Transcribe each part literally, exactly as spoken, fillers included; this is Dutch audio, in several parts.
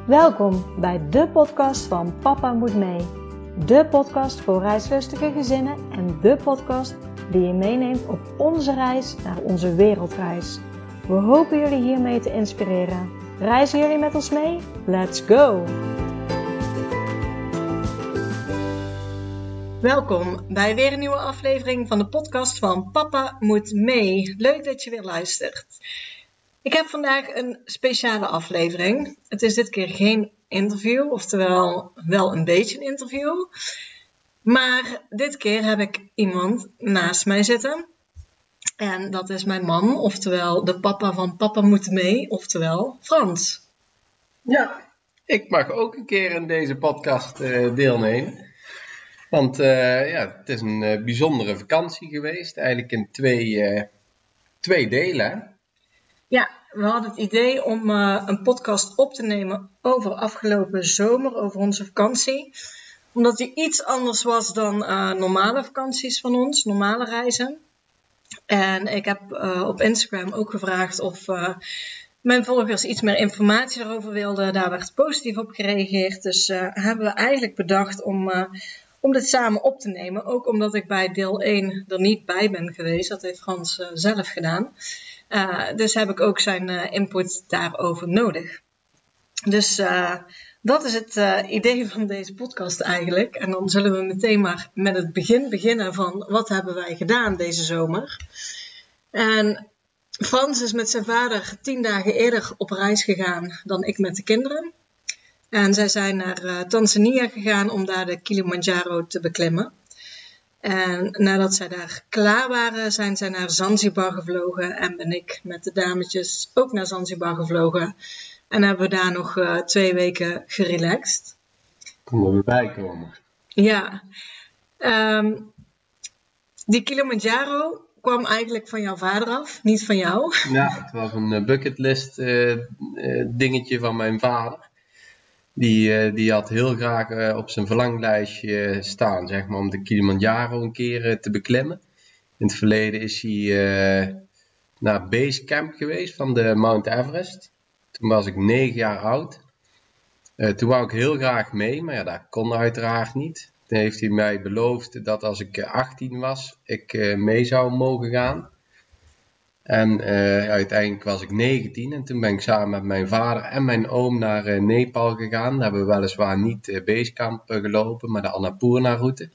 Welkom bij de podcast van Papa Moet Mee. De podcast voor reislustige gezinnen en de podcast die je meeneemt op onze reis naar onze wereldreis. We hopen jullie hiermee te inspireren. Reizen jullie met ons mee? Let's go! Welkom bij weer een nieuwe aflevering van de podcast van Papa Moet Mee. Leuk dat je weer luistert. Ik heb vandaag een speciale aflevering. Het is dit keer geen interview, oftewel wel een beetje een interview. Maar dit keer heb ik iemand naast mij zitten. En dat is mijn man, oftewel de papa van Papa Moet Mee, oftewel Frans. Ja, ik mag ook een keer in deze podcast uh, deelnemen. Want uh, ja, het is een uh, bijzondere vakantie geweest. Eigenlijk in twee, uh, twee delen. Ja, we hadden het idee om uh, een podcast op te nemen over afgelopen zomer, over onze vakantie. Omdat die iets anders was dan uh, normale vakanties van ons, normale reizen. En ik heb uh, op Instagram ook gevraagd of uh, mijn volgers iets meer informatie daarover wilden. Daar werd positief op gereageerd. Dus uh, hebben we eigenlijk bedacht om, uh, om dit samen op te nemen. Ook omdat ik bij deel één er niet bij ben geweest. Dat heeft Frans uh, zelf gedaan. Uh, dus heb ik ook zijn uh, input daarover nodig. Dus uh, dat is het uh, idee van deze podcast eigenlijk. En dan zullen we meteen maar met het begin beginnen van wat hebben wij gedaan deze zomer. En Frans is met zijn vader tien dagen eerder op reis gegaan dan ik met de kinderen. En zij zijn naar uh, Tanzania gegaan om daar de Kilimanjaro te beklimmen. En nadat zij daar klaar waren, zijn zij naar Zanzibar gevlogen. En ben ik met de dametjes ook naar Zanzibar gevlogen. En hebben we daar nog uh, twee weken gerelaxed. Konden we bijkomen. Ja. Um, die Kilimanjaro kwam eigenlijk van jouw vader af, niet van jou. Ja, het was een bucketlist uh, uh, dingetje van mijn vader. Die, uh, die had heel graag uh, op zijn verlanglijstje staan, zeg maar, om de Kilimanjaro een keer uh, te beklimmen. In het verleden is hij uh, naar Basecamp geweest van de Mount Everest. Toen was ik negen jaar oud. Uh, toen wou ik heel graag mee, maar ja, dat kon uiteraard niet. Toen heeft hij mij beloofd dat als ik achttien was, ik uh, mee zou mogen gaan. En uh, uiteindelijk was ik negentien en toen ben ik samen met mijn vader en mijn oom naar uh, Nepal gegaan. Daar hebben we weliswaar niet uh, Basecamp uh, gelopen, maar de Annapurna-route.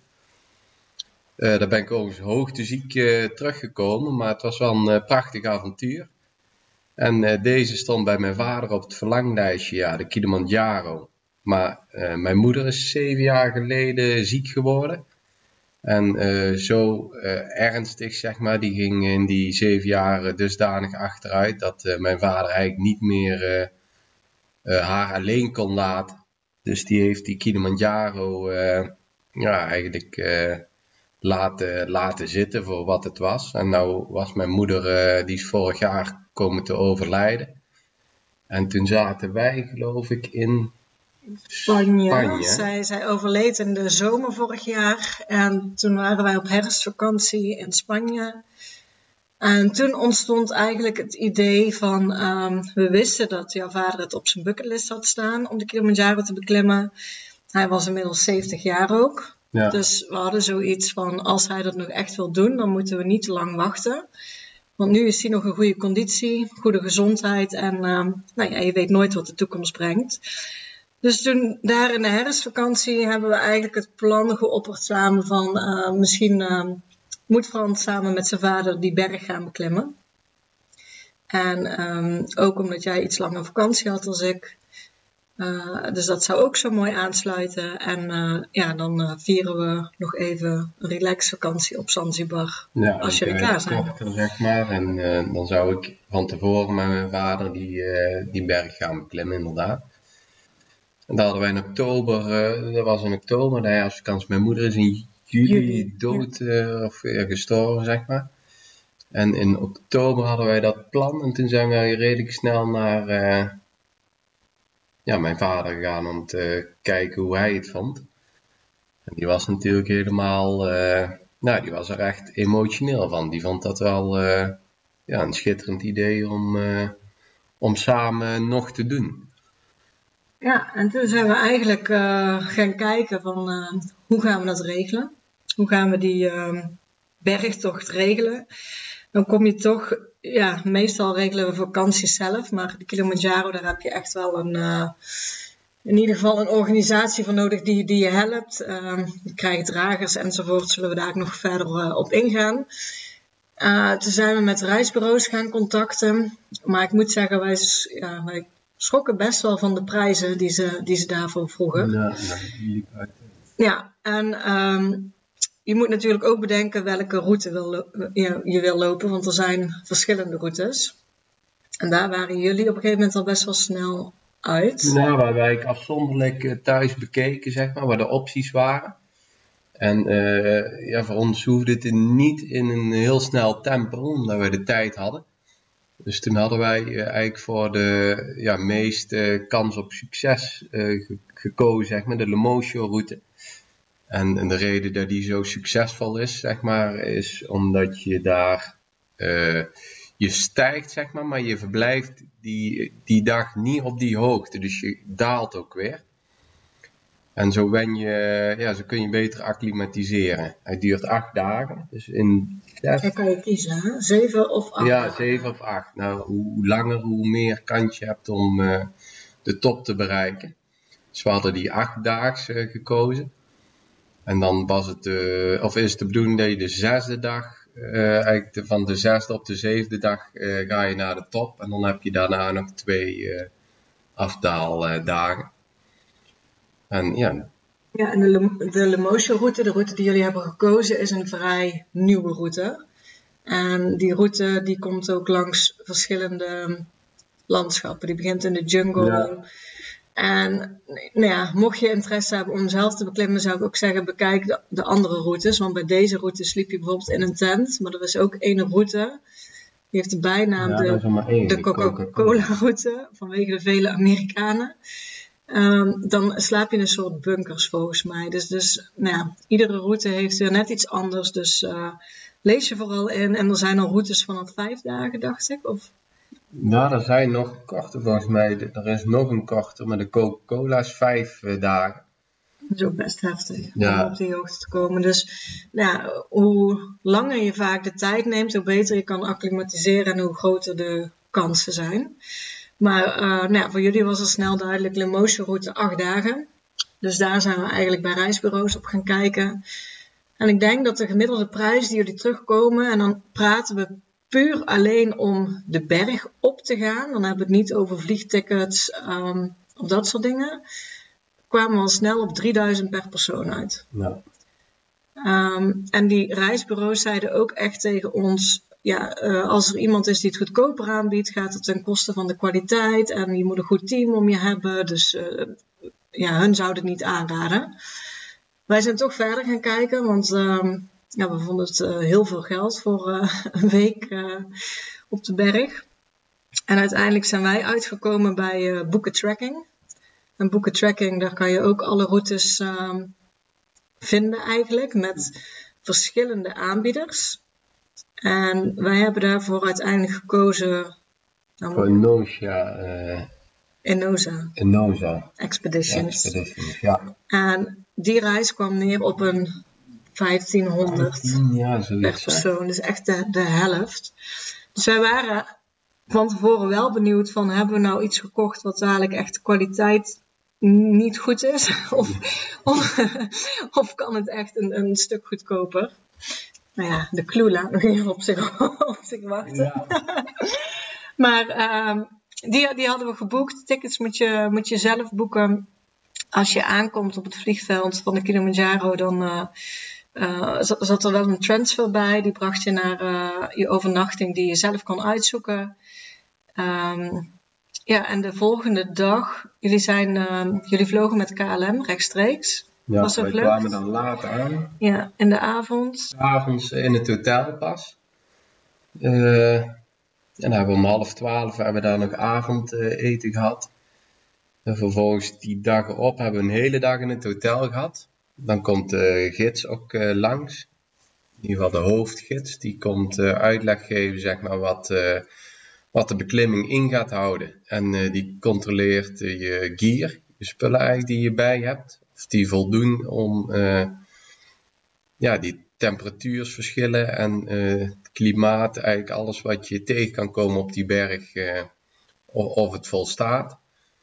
Uh, daar ben ik overigens hoogteziek uh, teruggekomen, maar het was wel een uh, prachtig avontuur. En uh, deze stond bij mijn vader op het verlanglijstje, ja, de Kilimanjaro. Maar uh, mijn moeder is zeven jaar geleden ziek geworden. En uh, zo uh, ernstig, zeg maar, die ging in die zeven jaar dusdanig achteruit dat uh, mijn vader eigenlijk niet meer uh, uh, haar alleen kon laten. Dus die heeft die Kilimanjaro uh, ja, eigenlijk uh, laten, laten zitten voor wat het was. En nou was mijn moeder, uh, die is vorig jaar komen te overlijden. En toen zaten wij, geloof ik, in Spanje. Spanje. Zij, zij overleed in de zomer vorig jaar. En toen waren wij op herfstvakantie in Spanje. En toen ontstond eigenlijk het idee van... Um, we wisten dat jouw vader het op zijn bucketlist had staan om de Kilimanjaro te beklimmen. Hij was inmiddels zeventig jaar ook. Ja. Dus we hadden zoiets van, als hij dat nog echt wil doen, dan moeten we niet te lang wachten. Want nu is hij nog in goede conditie, goede gezondheid en um, nou ja, je weet nooit wat de toekomst brengt. Dus toen daar in de herfstvakantie hebben we eigenlijk het plan geopperd samen van uh, misschien uh, moet Frans samen met zijn vader die berg gaan beklimmen. En um, ook omdat jij iets langer vakantie had als ik. Uh, dus dat zou ook zo mooi aansluiten. En uh, ja, dan uh, vieren we nog even een relax vakantie op Zanzibar. Ja, als jullie klaar zijn. Korter, zeg maar. En uh, dan zou ik van tevoren met mijn vader die, uh, die berg gaan beklimmen, inderdaad. En dat hadden wij in oktober, uh, dat was in oktober, de herfstvakantie. Mijn moeder is in juli dood uh, of uh, gestorven, zeg maar. En in oktober hadden wij dat plan en toen zijn wij redelijk snel naar uh, ja, mijn vader gegaan om te kijken hoe hij het vond. En die was natuurlijk helemaal, uh, nou die was er echt emotioneel van. Die vond dat wel uh, ja, een schitterend idee om, uh, om samen nog te doen. Ja, en toen zijn we eigenlijk uh, gaan kijken van uh, hoe gaan we dat regelen? Hoe gaan we die uh, bergtocht regelen? Dan kom je toch, ja, meestal regelen we vakanties zelf, maar de Kilimanjaro, daar heb je echt wel een, uh, in ieder geval een organisatie voor nodig die, die je helpt. Uh, je krijgt dragers enzovoort, zullen we daar ook nog verder uh, op ingaan. Uh, toen zijn we met reisbureaus gaan contacten, maar ik moet zeggen, wij, ja, wij schrokken best wel van de prijzen die ze, die ze daarvoor vroegen. Ja, ja, ja en um, je moet natuurlijk ook bedenken welke route wil, je, je wil lopen, want er zijn verschillende routes. En daar waren jullie op een gegeven moment al best wel snel uit. Nou, waar wij afzonderlijk thuis bekeken, zeg maar, waar de opties waren. En uh, ja, voor ons hoefde het niet in een heel snel tempo, omdat we de tijd hadden. Dus toen hadden wij uh, eigenlijk voor de ja, meeste kans op succes uh, ge- gekozen, zeg maar, de Lemosio route. En, en de reden dat die zo succesvol is, zeg maar, is omdat je daar, uh, je stijgt, zeg maar, maar je verblijft die, die dag niet op die hoogte. Dus je daalt ook weer. En zo, ben je, ja, zo kun je beter acclimatiseren. Hij duurt acht dagen. Dus in zes... Dan kan je kiezen, hè? Zeven of acht Ja, dagen. zeven of acht. Nou, hoe langer, hoe meer kans je hebt om uh, de top te bereiken. Dus we hadden die achtdaags uh, gekozen. En dan was het, uh, of is het de bedoeling dat je de zesde dag, uh, eigenlijk de, van de zesde op de zevende dag uh, ga je naar de top. En dan heb je daarna nog twee uh, afdaaldagen. En ja. Ja, en de, de Lemosio route, de route die jullie hebben gekozen, is een vrij nieuwe route. En die route die komt ook langs verschillende landschappen. Die begint in de jungle. Ja. En nou ja, mocht je interesse hebben om zelf te beklimmen, zou ik ook zeggen, bekijk de, de andere routes. Want bij deze route sliep je bijvoorbeeld in een tent. Maar er is ook één route, die heeft de bijnaam ja, de, de Coca-Cola route, vanwege de vele Amerikanen. Um, dan slaap je in een soort bunkers volgens mij. Dus, dus nou ja, iedere route heeft weer net iets anders. Dus uh, lees je vooral in. En er zijn al routes vanaf vijf dagen, dacht ik. Of... Nou, er zijn nog korter volgens mij. Er is nog een korter, maar de Coca-Cola is vijf uh, dagen. Dat is ook best heftig ja. om op die hoogte te komen. Dus nou ja, hoe langer je vaak de tijd neemt, hoe beter je kan acclimatiseren en hoe groter de kansen zijn. Maar uh, nou ja, voor jullie was er snel duidelijk Lemosio route acht dagen. Dus daar zijn we eigenlijk bij reisbureaus op gaan kijken. En ik denk dat de gemiddelde prijs die jullie terugkomen, en dan praten we puur alleen om de berg op te gaan. Dan hebben we het niet over vliegtickets um, of dat soort dingen. Kwamen we al snel op drieduizend per persoon uit. Ja. Um, en die reisbureaus zeiden ook echt tegen ons, ja, uh, als er iemand is die het goedkoper aanbiedt, gaat het ten koste van de kwaliteit. En je moet een goed team om je hebben. Dus uh, ja, hun zouden het niet aanraden. Wij zijn toch verder gaan kijken, want um, ja, we vonden het uh, heel veel geld voor uh, een week uh, op de berg. En uiteindelijk zijn wij uitgekomen bij uh, Book a Tracking. En Book a Tracking, daar kan je ook alle routes uh, vinden eigenlijk, met verschillende aanbieders. En wij hebben daarvoor uiteindelijk gekozen... Nou, voor Enosa. Uh, Enosa. Enosa. Expeditions. Expeditions, ja. En die reis kwam neer op een vijftienhonderd ja, per persoon. Hè? Dus echt de, de helft. Dus wij waren van tevoren wel benieuwd van, hebben we nou iets gekocht wat eigenlijk echt de kwaliteit niet goed is? Of, of, of kan het echt een, een stuk goedkoper? Nou ja, de clue laat nog even op zich, op zich wachten. Ja. Maar uh, die, die hadden we geboekt. Tickets moet je, moet je zelf boeken. Als je aankomt op het vliegveld van de Kilimanjaro, dan uh, uh, zat, zat er wel een transfer bij. Die bracht je naar uh, je overnachting die je zelf kon uitzoeken. Um, ja, en de volgende dag, jullie, zijn, uh, jullie vlogen met K L M rechtstreeks. Ja, was wij kwamen dan later aan. Ja, in de avond. Avonds in het hotel pas. Uh, en dan hebben we om half twaalf hebben we daar nog avondeten uh, gehad. En vervolgens die dag erop hebben we een hele dag in het hotel gehad. Dan komt de gids ook uh, langs. In ieder geval de hoofdgids. Die komt uh, uitleg geven, zeg maar, wat, uh, wat de beklimming in gaat houden. En uh, die controleert uh, je gear, je noodzakelijke spullen eigenlijk die je bij hebt. Of die voldoen om uh, ja, die temperatuursverschillen en uh, het klimaat, eigenlijk alles wat je tegen kan komen op die berg, uh, of, of het volstaat.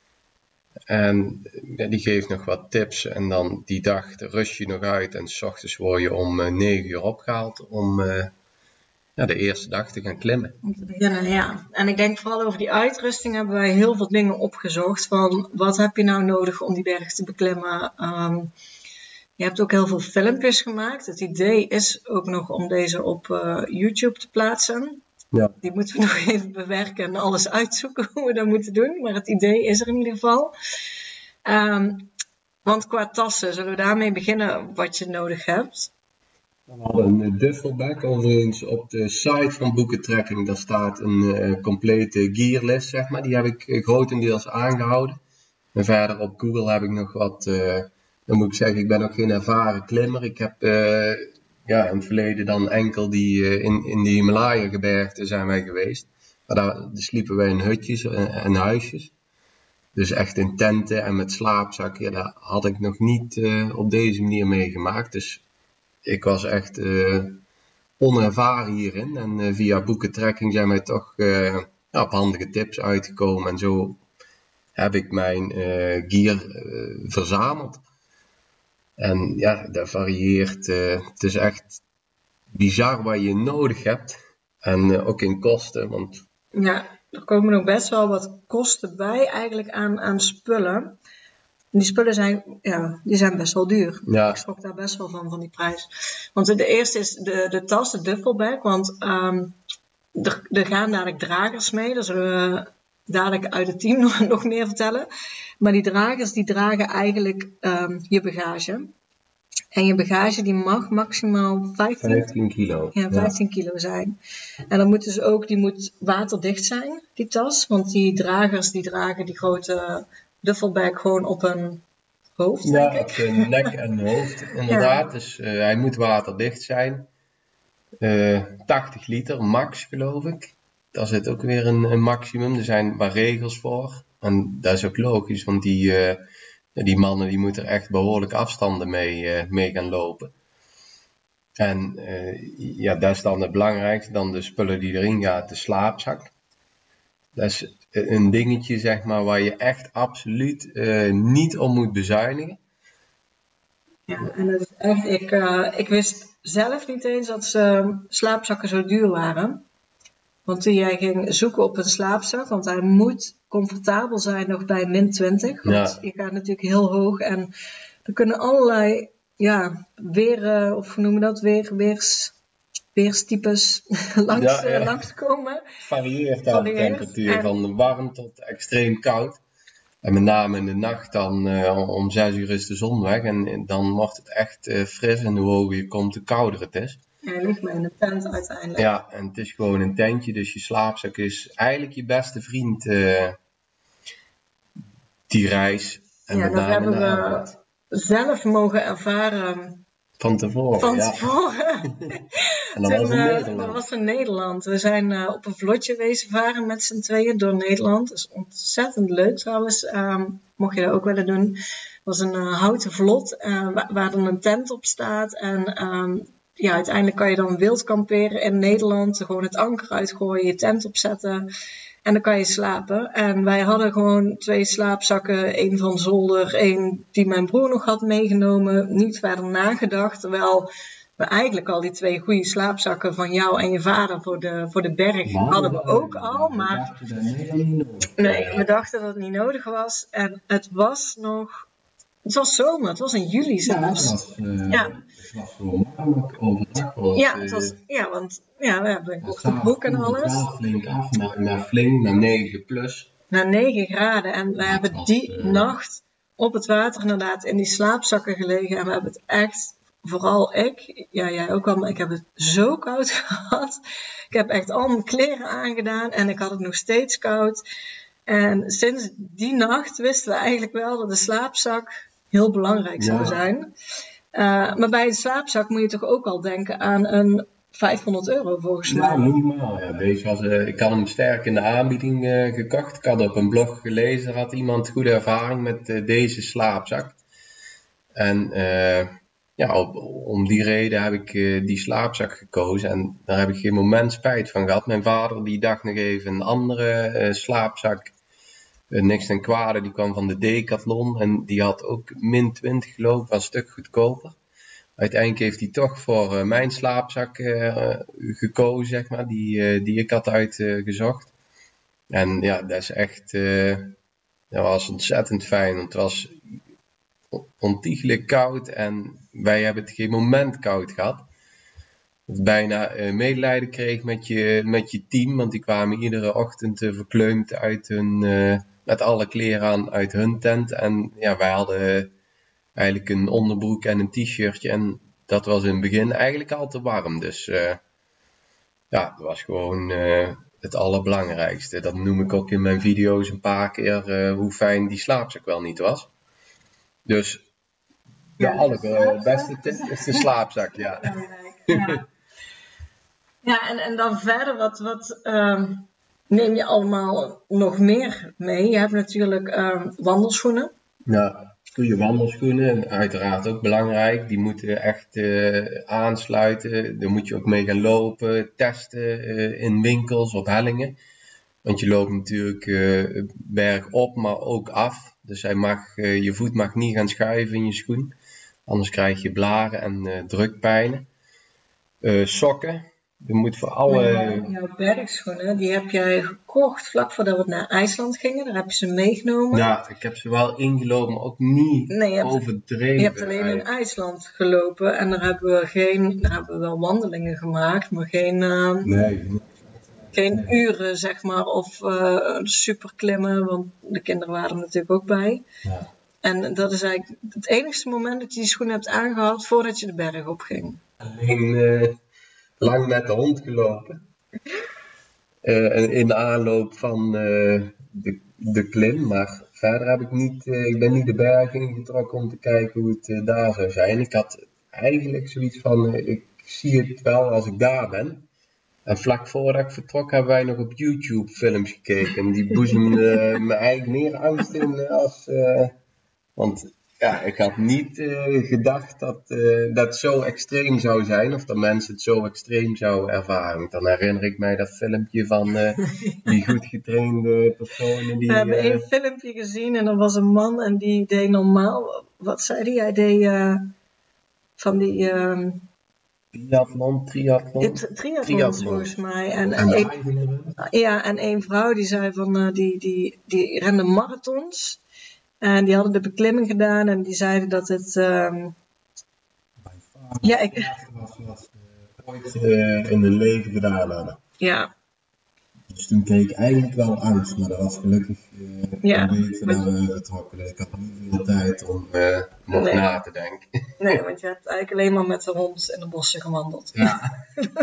En ja, die geeft nog wat tips en dan die dag rust je nog uit en 's ochtends word je om uh, negen uur opgehaald om uh, ja, de eerste dag te gaan klimmen. Om te beginnen, ja. En ik denk vooral over die uitrusting hebben wij heel veel dingen opgezocht van wat heb je nou nodig om die berg te beklimmen. Um, je hebt ook heel veel filmpjes gemaakt. Het idee is ook nog om deze op uh, YouTube te plaatsen. Ja. Die moeten we nog even bewerken en alles uitzoeken hoe we dat moeten doen. Maar het idee is er in ieder geval. Um, want qua tassen, zullen we daarmee beginnen wat je nodig hebt? We hadden een duffelbag, overigens op de site van Boekentrekking. Daar staat een uh, complete gearlist, zeg maar. Die heb ik uh, grotendeels aangehouden. En verder op Google heb ik nog wat, uh, dan moet ik zeggen, ik ben nog geen ervaren klimmer. Ik heb uh, ja, in het verleden dan enkel die uh, in, in de Himalaya-gebergten zijn wij geweest. Maar daar, daar sliepen wij in hutjes en, en huisjes. Dus echt in tenten en met slaapzakken. Ja, daar had ik nog niet uh, op deze manier meegemaakt. Dus ik was echt uh, onervaren hierin. En uh, via Boekentrekking zijn wij toch uh, ja, op handige tips uitgekomen. En zo heb ik mijn uh, gear uh, verzameld. En ja, dat varieert. Uh, het is echt bizar wat je nodig hebt. En uh, ook in kosten. Want ja, er komen nog best wel wat kosten bij eigenlijk aan, aan spullen. Die spullen zijn, ja, die zijn best wel duur. Ja. Ik schrok daar best wel van, van die prijs. Want de eerste is de, de tas, de duffelbag. Want um, er, er gaan dadelijk dragers mee. Daar zullen we dadelijk uit het team nog, nog meer vertellen. Maar die dragers die dragen eigenlijk um, je bagage. En je bagage die mag maximaal vijftien, vijftien kilo. Ja, vijftien ja. kilo zijn. En dan moet dus ook, die moet waterdicht zijn, die tas. Want die dragers die dragen die grote duffelbag gewoon op hun hoofd, ja, denk ik. op zijn nek en hoofd, inderdaad. Ja. Dus uh, hij moet waterdicht zijn. Uh, tachtig liter, max geloof ik. Daar zit ook weer een, een maximum. Er zijn maar regels voor. En dat is ook logisch, want die, uh, die mannen die moeten er echt behoorlijk afstanden mee, uh, mee gaan lopen. En uh, ja, dat is dan het belangrijkste. Dan de spullen die erin gaat, de slaapzak. Dat is een dingetje, zeg maar, waar je echt absoluut uh, niet om moet bezuinigen. Ja, en dat is echt, ik, uh, ik wist zelf niet eens dat ze slaapzakken zo duur waren. Want toen jij ging zoeken op een slaapzak, want hij moet comfortabel zijn nog bij min twintig. Want ja. je gaat natuurlijk heel hoog en er kunnen allerlei, ja, weer, uh, of hoe noemen we dat, weer, weers... weerstypes langs, ja, ja. uh, langskomen. Het varieert aan de temperatuur, en van warm tot extreem koud. En met name in de nacht, dan uh, om zes uur is de zon weg. En, en dan wordt het echt uh, fris en hoe hoger je komt, hoe kouder het is. Ja, je ligt maar in een tent uiteindelijk. Ja, en het is gewoon een tentje, dus je slaapzak is eigenlijk je beste vriend, uh, die reis. En ja, met dat name hebben we zelf mogen ervaren. Van tevoren, Van ja. tevoren. En dat was in Nederland. Dat was in Nederland. We zijn uh, op een vlotje wezen varen met z'n tweeën door Nederland. Dat is ontzettend leuk trouwens. Um, mocht je dat ook willen doen. Het was een uh, houten vlot uh, waar, waar dan een tent op staat. En um, ja, uiteindelijk kan je dan wild kamperen in Nederland. Gewoon het anker uitgooien, je tent opzetten. En dan kan je slapen. En wij hadden gewoon twee slaapzakken. Één van zolder, één die mijn broer nog had meegenomen. Niet verder nagedacht. Terwijl we eigenlijk al die twee goede slaapzakken van jou en je vader voor de, voor de berg maar, hadden we ook al. Maar nee, we dachten dat het niet nodig was. En het was nog... Het was zomer, het was in juli zelfs. Ja, het was, uh, ja. Het was gewoon makkelijk overdag. Was, ja, het was, ja, want ja, we hebben een korte broek en alles. Het flink af, naar, naar flink, naar negen plus. Naar negen graden. En we ja, hebben was, die uh, nacht op het water inderdaad in die slaapzakken gelegen. En we hebben het echt, vooral ik, ja jij ook al, maar ik heb het zo koud gehad. Ik heb echt al mijn kleren aangedaan en ik had het nog steeds koud. En sinds die nacht wisten we eigenlijk wel dat de slaapzak heel belangrijk zou ja. zijn. Uh, maar bij een slaapzak moet je toch ook al denken aan een vijfhonderd euro volgens mij. Ja, minimaal. Ja. Deze was, uh, ik had hem sterk in de aanbieding uh, gekocht. Ik had op een blog gelezen, er had iemand goede ervaring met uh, deze slaapzak. En uh, ja, op, om die reden heb ik uh, die slaapzak gekozen. En daar heb ik geen moment spijt van gehad. Mijn vader die dacht nog even een andere uh, slaapzak. Uh, niks ten kwade, die kwam van de Decathlon. En die had ook min twintig geloof ik, een stuk goedkoper. Uiteindelijk heeft hij toch voor uh, mijn slaapzak uh, gekozen, zeg maar, die, uh, die ik had uitgezocht. Uh, en ja, dat is echt, uh, dat was ontzettend fijn, want het was ontiegelijk koud en wij hebben het geen moment koud gehad. Dat ik bijna uh, medelijden kreeg met je, met je team, want die kwamen iedere ochtend uh, verkleumd uit hun, uh, met alle kleren aan uit hun tent. En ja, wij hadden... Uh, Eigenlijk een onderbroek en een t-shirtje. En dat was in het begin eigenlijk al te warm. Dus uh, ja, dat was gewoon uh, het allerbelangrijkste. Dat noem ik ook in mijn video's een paar keer. Uh, hoe fijn die slaapzak wel niet was. Dus de ja, allerbeste tip is de slaapzak. Ja, ja. ja en, en dan verder, wat, wat uh, neem je allemaal nog meer mee? Je hebt natuurlijk uh, wandelschoenen. Ja. Goede wandelschoenen, uiteraard ook belangrijk. Die moeten echt uh, aansluiten. Daar moet je ook mee gaan lopen, testen uh, in winkels, op hellingen. Want je loopt natuurlijk uh, berg op, maar ook af. Dus hij mag, uh, je voet mag niet gaan schuiven in je schoen. Anders krijg je blaren en uh, drukpijnen. Uh, sokken. Je moet voor alle... Ja, jouw bergschoenen, die heb jij gekocht vlak voordat we naar IJsland gingen. Daar heb je ze meegenomen. Ja, ik heb ze wel ingelopen, maar ook niet nee, je hebt, overdreven. Je hebt alleen in IJsland gelopen en daar hebben we geen... Daar hebben we wel wandelingen gemaakt, maar geen... Uh, nee. Geen nee. uren, zeg maar, of uh, super klimmen, want de kinderen waren er natuurlijk ook bij. Ja. En dat is eigenlijk het enigste moment dat je die schoenen hebt aangehad voordat je de berg op ging. Alleen... Uh... lang met de hond gelopen. Uh, in de aanloop van uh, de, de klim. Maar verder heb ik niet, uh, ik ben niet de berg ingetrokken om te kijken hoe het uh, daar zou zijn. Ik had eigenlijk zoiets van, uh, ik zie het wel als ik daar ben. En vlak voordat ik vertrok hebben wij nog op YouTube films gekeken. Die boezemden uh, me eigenlijk meer angst in als... Uh, want... Ja, ik had niet uh, gedacht dat uh, dat zo extreem zou zijn, of dat mensen het zo extreem zouden ervaren. Dan herinner ik mij dat filmpje van uh, die goed getrainde personen. Die, We hebben uh, één filmpje gezien en er was een man en die deed normaal, wat zei hij? Hij deed uh, van die... Uh, Triathlon, triathlon. Triathlon volgens mij. En, en, en een, ja, en één vrouw die zei van, uh, die, die, die rende marathons. En die hadden de beklimming gedaan en die zeiden dat het... Um... Ja, ik... was wat uh, ooit uh, in hun leven gedaan hadden. Ja. Dus toen kreeg ik eigenlijk wel angst, maar dat was gelukkig uh, ja, een week voordat we vertrokken. Dus ik had niet veel tijd om uh, nog nee. na te denken. Nee, want je hebt eigenlijk alleen maar met de hond in de bossen gewandeld. Ja.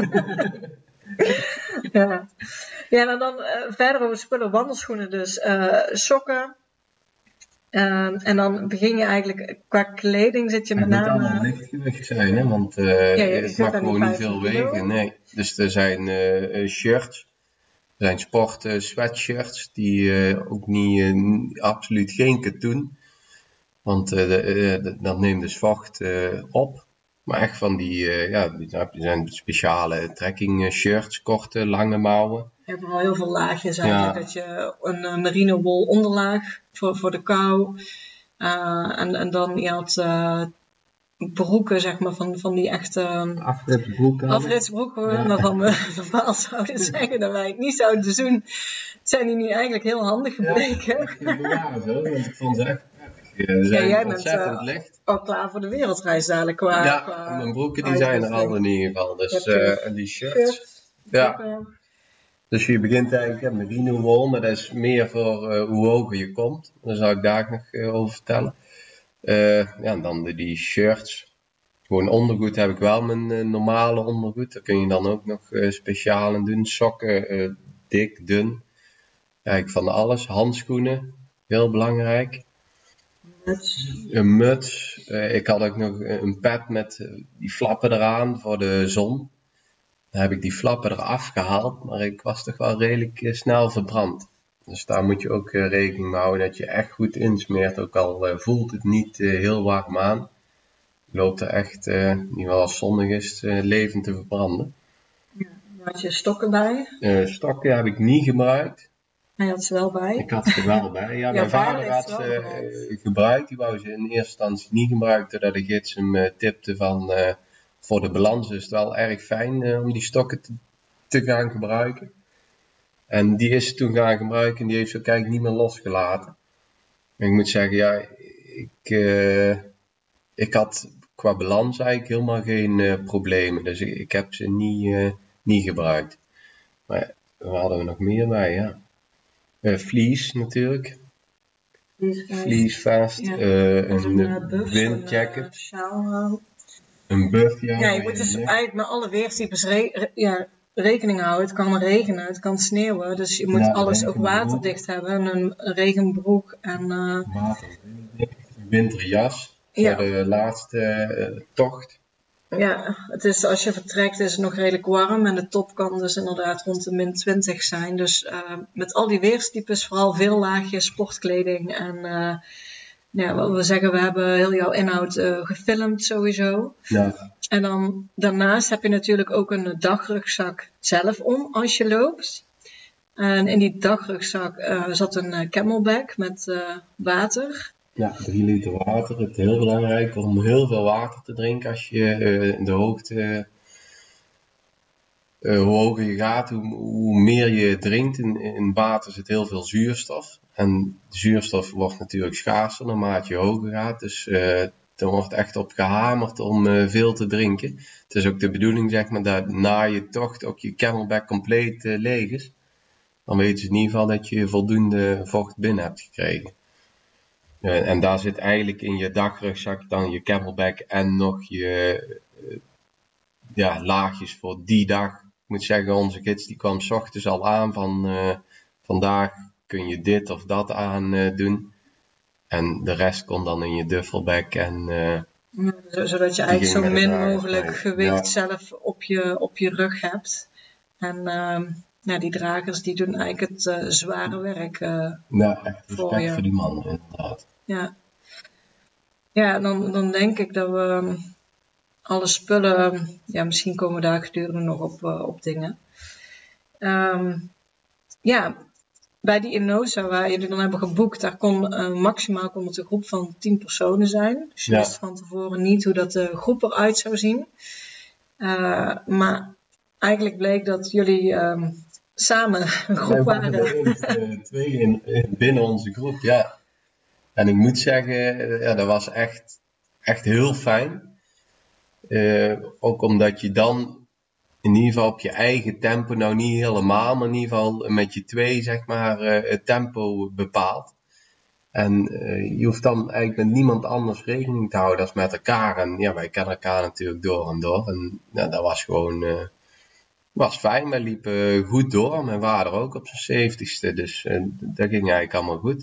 ja. Ja, nou dan uh, verder over spullen, wandelschoenen dus, uh, sokken. Um, en dan begin je eigenlijk, qua kleding zit je met name... Het moet allemaal lichtgewicht zijn, hè? Want uh, ja, het mag gewoon niet veel wegen. Nee. Dus er zijn uh, shirts, er zijn sport uh, sweatshirts, die uh, ook niet, uh, absoluut geen katoen. Want uh, de, uh, de, dat neemt dus vocht uh, op. Maar echt van die, uh, ja, die zijn speciale trekking shirts, korte, lange mouwen. Je hebt al heel veel laagjes eigenlijk. Ja. Dat je een uh, merino wol onderlaag voor, voor de kou. Uh, en, en dan je had uh, broeken, zeg maar, van, van die echte... Um, Afritsbroeken. Afritsbroeken, ja. Waarvan we normaal zouden zeggen dat wij het niet zouden doen. Zijn die nu eigenlijk heel handig gebleken. Ja, ja zo, want ik vond ze echt... Ze zijn ja, jij ontzettend bent uh, licht. Ook klaar voor de wereldreis dadelijk. Qua, ja, qua mijn broeken die zijn er al in ieder geval. Dus, uh, en die shirts. shirts ja. Uh, dus je begint eigenlijk ja, met merino wol, maar dat is meer voor uh, hoe hoger je komt. Daar zal ik daar nog uh, over vertellen. Uh, ja, en dan de, die shirts. Gewoon ondergoed heb ik wel mijn uh, normale ondergoed. Daar kun je dan ook nog uh, speciaal in doen. Sokken, uh, dik, dun. Eigenlijk van alles. Handschoenen, heel belangrijk. Muts. Een muts. Uh, ik had ook nog een pet met uh, die flappen eraan voor de zon. Dan heb ik die flappen eraf gehaald, maar ik was toch wel redelijk uh, snel verbrand. Dus daar moet je ook uh, rekening mee houden dat je echt goed insmeert, ook al uh, voelt het niet uh, heel warm aan. Je loopt er echt, uh, in ieder geval als het zonnig is, uh, levend te verbranden. Ja, had je stokken bij? Uh, stokken heb ik niet gebruikt. Hij had ze wel bij? Ik had ze wel bij. Ja, mijn vader had ze uh, gebruikt. Die wou ze in eerste instantie niet gebruiken, doordat de gids hem uh, tipte van uh, voor de balans is het wel erg fijn uh, om die stokken te, te gaan gebruiken. En die is ze toen gaan gebruiken en die heeft ze ook eigenlijk niet meer losgelaten. En ik moet zeggen, ja, ik, uh, ik had qua balans eigenlijk helemaal geen uh, problemen. Dus ik, ik heb ze niet, uh, niet gebruikt. Maar waar hadden we nog meer bij, ja. Uh, Fleece natuurlijk. Fleecevest. Ja. Uh, een een uh, windjacket. Een, een buff, ja. Ja, je moet dus eigenlijk met alle weertypes re- re- ja, rekening houden. Het kan regenen, het kan sneeuwen. Dus je moet ja, alles ook waterdicht hebben. Een, een regenbroek en... Uh, waterdicht. Een winterjas. Ja. Voor de laatste uh, tocht. Ja, het is, als je vertrekt is het nog redelijk warm en de top kan dus inderdaad rond de min twintig zijn. Dus uh, met al die weerstypes vooral veel laagjes sportkleding. En uh, ja, wat we zeggen, we hebben heel jouw inhoud uh, gefilmd sowieso. Ja. En dan daarnaast heb je natuurlijk ook een dagrugzak zelf om als je loopt. En in die dagrugzak uh, zat een uh, camelback met uh, water. Ja, drie liter water. Het is heel belangrijk om heel veel water te drinken als je uh, in de hoogte, uh, hoe hoger je gaat, hoe, hoe meer je drinkt. In, in water zit heel veel zuurstof. En de zuurstof wordt natuurlijk schaarser naarmate je hoger gaat. Dus uh, er wordt echt op gehamerd om uh, veel te drinken. Het is ook de bedoeling, zeg maar, dat na je tocht ook je camelback compleet uh, leeg is. Dan weten ze in ieder geval dat je voldoende vocht binnen hebt gekregen. Uh, en daar zit eigenlijk in je dagrugzak dan je camelback en nog je uh, ja, laagjes voor die dag. Ik moet zeggen, onze gids die kwam 's ochtends al aan van uh, vandaag kun je dit of dat aan uh, doen. En de rest kon dan in je duffelbag en... Uh, ja, zodat je eigenlijk zo min mogelijk gewicht ja. zelf op je, op je rug hebt. En uh, ja, die dragers die doen eigenlijk het uh, zware werk uh, ja, echt voor je. Voor die mannen inderdaad. Ja, ja dan, dan denk ik dat we alle spullen, ja, misschien komen we daar gedurende nog op, uh, op dingen. Um, ja, bij die Inosa waar jullie dan hebben geboekt, daar kon uh, maximaal kon het een groep van tien personen zijn. Dus je ja. wist van tevoren niet hoe dat de groep eruit zou zien. Uh, maar eigenlijk bleek dat jullie um, samen een groep ja, waren. Er twee in, binnen onze groep, ja. En ik moet zeggen, ja, dat was echt, echt heel fijn. Uh, ook omdat je dan in ieder geval op je eigen tempo, nou niet helemaal, maar in ieder geval met je twee, zeg maar, uh, het tempo bepaalt. En uh, je hoeft dan eigenlijk met niemand anders rekening te houden als met elkaar. En ja, wij kennen elkaar natuurlijk door en door. En ja, dat was gewoon, uh, was fijn. We liepen goed door. Mijn vader ook op zijn zeventigste, dus uh, dat ging eigenlijk allemaal goed.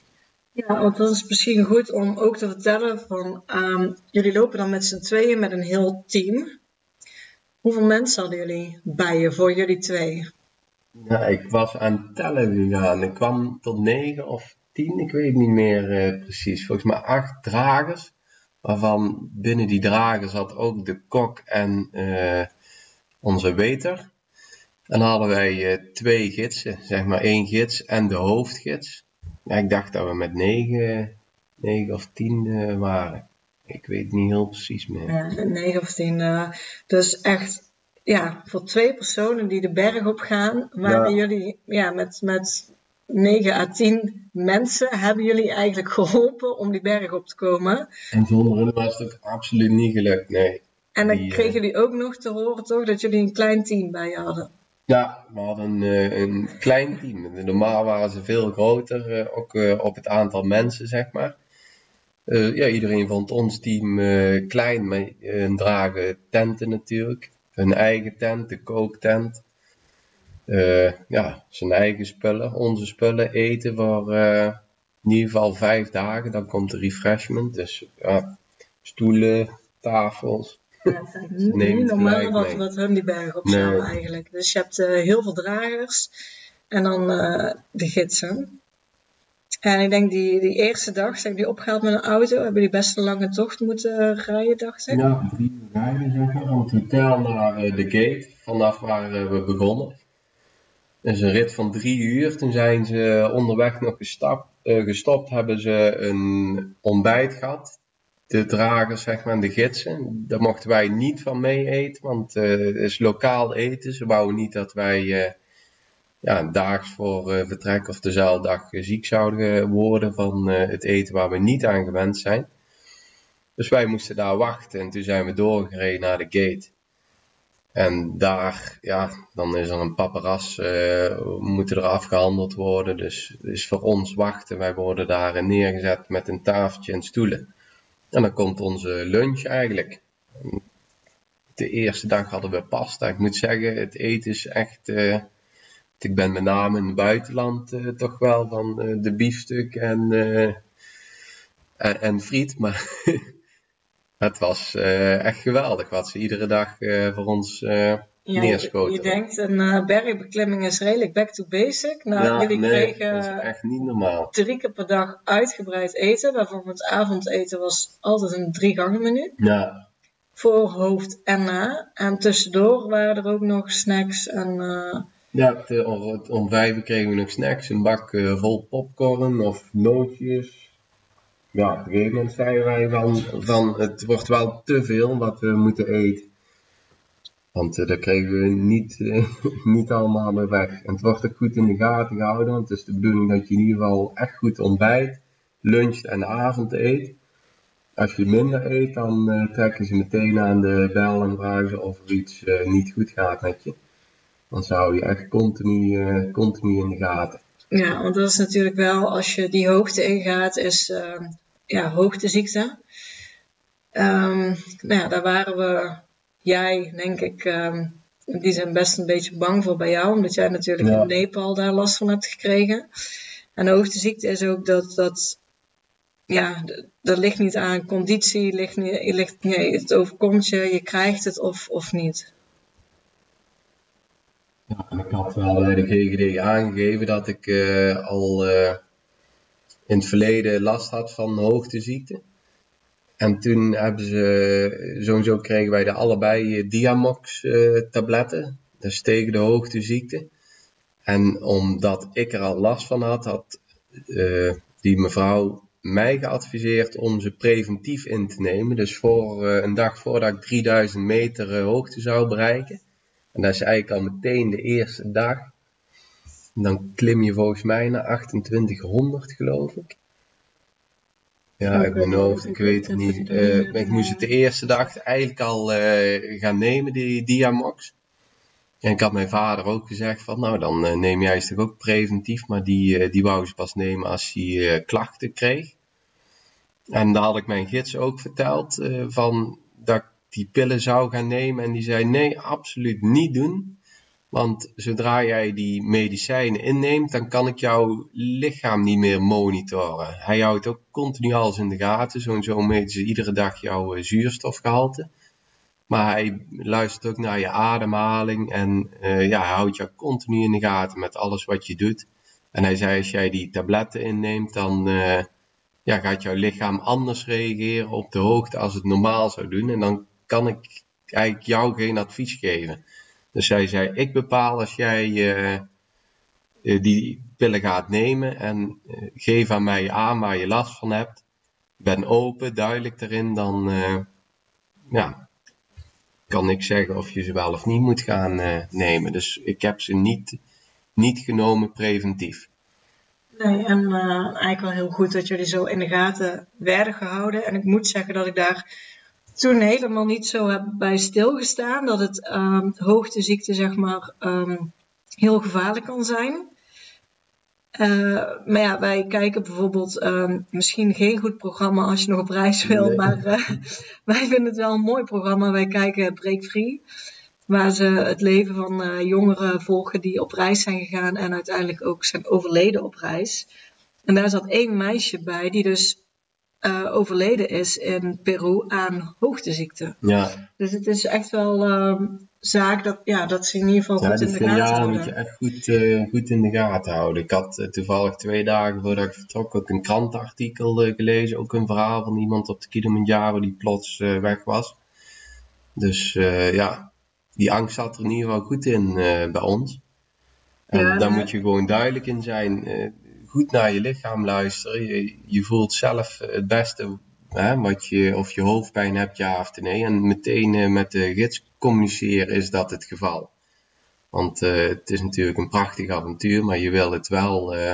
Ja, want dat is misschien goed om ook te vertellen van, um, jullie lopen dan met z'n tweeën met een heel team. Hoeveel mensen hadden jullie bij je voor jullie twee? Ja, ik was aan het tellen gegaan. Ik kwam tot negen of tien, ik weet niet meer uh, precies. Volgens mij acht dragers. Waarvan binnen die dragers zat ook de kok en uh, onze waiter. En dan hadden wij uh, twee gidsen, zeg maar één gids en de hoofdgids. Ja, ik dacht dat we met negen, negen of tien uh, waren. Ik weet niet heel precies meer. Ja, negen of tien. Uh, dus echt, ja, voor twee personen die de berg op gaan, waren ja. jullie, ja, met, met negen à tien mensen hebben jullie eigenlijk geholpen om die berg op te komen. En zonder hun was het ook absoluut niet gelukt, nee. En dan die, kregen jullie ook nog te horen toch dat jullie een klein team bij je hadden. Ja, we hadden uh, een klein team. Normaal waren ze veel groter, uh, ook uh, op het aantal mensen, zeg maar. Uh, ja, iedereen vond ons team uh, klein, maar uh, dragen tenten natuurlijk. Hun eigen tent, de kooktent. Uh, ja, zijn eigen spullen, onze spullen, eten voor uh, in ieder geval vijf dagen. Dan komt de refreshment, dus ja, stoelen, tafels. Ja, het is eigenlijk niet, niet normaal wat, wat hun die berg opstaan nee. eigenlijk. Dus je hebt uh, heel veel dragers en dan uh, de gidsen. En ik denk die, die eerste dag zijn die opgehaald met een auto. Hebben die best een lange tocht moeten uh, rijden, dacht ik. Ja, drie uur rijden zeg maar. Van het hotel naar uh, de gate, vanaf waar uh, we begonnen. Dus een rit van drie uur. Toen zijn ze onderweg nog gestapt, uh, gestopt, hebben ze een ontbijt gehad. De dragers zeg maar en de gidsen. Daar mochten wij niet van mee eten, want uh, het is lokaal eten. Ze wouden niet dat wij uh, ja, daags voor uh, vertrek of dezelfde dag uh, ziek zouden worden van uh, het eten waar we niet aan gewend zijn. Dus wij moesten daar wachten en toen zijn we doorgereden naar de gate. En daar, ja, dan is er een paparas, uh, moeten er afgehandeld worden. Dus het is voor ons wachten. Wij worden daar neergezet met een tafeltje en stoelen. En dan komt onze lunch eigenlijk. De eerste dag hadden we pasta. Ik moet zeggen, het eten is echt... Uh, ik ben met name in het buitenland uh, toch wel van uh, de biefstuk en, uh, en, en friet. Maar het was uh, echt geweldig wat ze iedere dag uh, voor ons uh, ja, neerschoten. Je, je denkt, een uh, bergbeklimming is redelijk back to basic. Nou, ja, jullie nee, kregen dat is echt niet normaal. Drie keer per dag uitgebreid eten. Bijvoorbeeld het avondeten was altijd een drie gangen menu. Ja. Voor hoofd en na. En tussendoor waren er ook nog snacks en... Uh, ja, te, om, om vijf kregen we nog snacks. Een bak uh, vol popcorn of nootjes. Ja, op een gegeven moment zeiden wij van, van het wordt wel te veel wat we moeten eten. Want uh, dat kregen we niet, uh, niet allemaal meer weg. En het wordt ook goed in de gaten gehouden. Want het is de bedoeling dat je in ieder geval echt goed ontbijt, luncht en avond eet. Als je minder eet, dan uh, trekken ze meteen aan de bel en vragen ze of er iets uh, niet goed gaat met je. Dan zou je echt continu, uh, continu in de gaten. Ja, want dat is natuurlijk wel, als je die hoogte ingaat, is uh, ja, hoogteziekte. Um, nou ja, daar waren we, jij denk ik, um, die zijn best een beetje bang voor bij jou, omdat jij natuurlijk ja. in Nepal daar last van hebt gekregen. En hoogteziekte is ook dat, dat ja, dat ligt niet aan conditie, ligt niet, ligt, nee, het overkomt je, je krijgt het of, of niet. Ja, en ik had wel bij de G G D aangegeven dat ik uh, al uh, in het verleden last had van hoogteziekte. En toen hebben ze, sowieso kregen wij de allebei Diamox uh, tabletten, dus tegen de hoogteziekte. En omdat ik er al last van had, had uh, die mevrouw mij geadviseerd om ze preventief in te nemen. Dus voor uh, een dag voordat ik drieduizend meter uh, hoogte zou bereiken. En dat is eigenlijk al meteen de eerste dag. En dan klim je volgens mij naar achtentwintighonderd, geloof ik. Ja, ik mijn hoofd, ik weet het niet. Uh, ik moest het de eerste dag eigenlijk al uh, gaan nemen, die Diamox. En ik had mijn vader ook gezegd van, nou dan uh, neem jij toch ook preventief. Maar die, uh, die wou ze pas nemen als hij uh, klachten kreeg. En daar had ik mijn gids ook verteld uh, van dat ik die pillen zou gaan nemen. En die zei, nee, absoluut niet doen. Want zodra jij die medicijnen inneemt, dan kan ik jouw lichaam niet meer monitoren. Hij houdt ook continu alles in de gaten. Zo en zo meten ze iedere dag jouw uh, zuurstofgehalte. Maar hij luistert ook naar je ademhaling. En uh, ja, hij houdt jou continu in de gaten met alles wat je doet. En hij zei, als jij die tabletten inneemt, dan uh, ja, gaat jouw lichaam anders reageren op de hoogte als het normaal zou doen. En dan kan ik eigenlijk jou geen advies geven. Dus hij zei, ik bepaal als jij uh, uh, die pillen gaat nemen en uh, geef aan mij aan waar je last van hebt. Ben open, duidelijk erin, dan uh, ja, kan ik zeggen of je ze wel of niet moet gaan uh, nemen. Dus ik heb ze niet, niet genomen preventief. Nee, en uh, eigenlijk wel heel goed dat jullie zo in de gaten werden gehouden. En ik moet zeggen dat ik daar toen helemaal niet zo heb bij stilgestaan. Dat het um, hoogteziekte, zeg maar, um, heel gevaarlijk kan zijn. Uh, maar ja, wij kijken bijvoorbeeld um, misschien geen goed programma als je nog op reis wil. Nee. Maar uh, wij vinden het wel een mooi programma. Wij kijken Break Free. Waar ze het leven van uh, jongeren volgen die op reis zijn gegaan. En uiteindelijk ook zijn overleden op reis. En daar zat één meisje bij die dus uh, overleden is in Peru aan hoogteziekte. Ja. Dus het is echt wel uh, zaak dat, ja, dat ze in ieder geval goed ja, in de gaten ja, houden. moet je echt goed, uh, goed in de gaten houden. Ik had uh, toevallig twee dagen voordat ik vertrok ook een krantenartikel uh, gelezen. Ook een verhaal van iemand op de Kilimanjaro die plots uh, weg was. Dus uh, ja, die angst zat er in ieder geval goed in uh, bij ons. En ja, daar moet je gewoon duidelijk in zijn. Uh, goed naar je lichaam luisteren. Je, je voelt zelf het beste, hè, wat je, of je hoofdpijn hebt, ja of nee. En meteen uh, met de gids communiceren is dat het geval. Want uh, het is natuurlijk een prachtig avontuur, maar je wil het wel uh,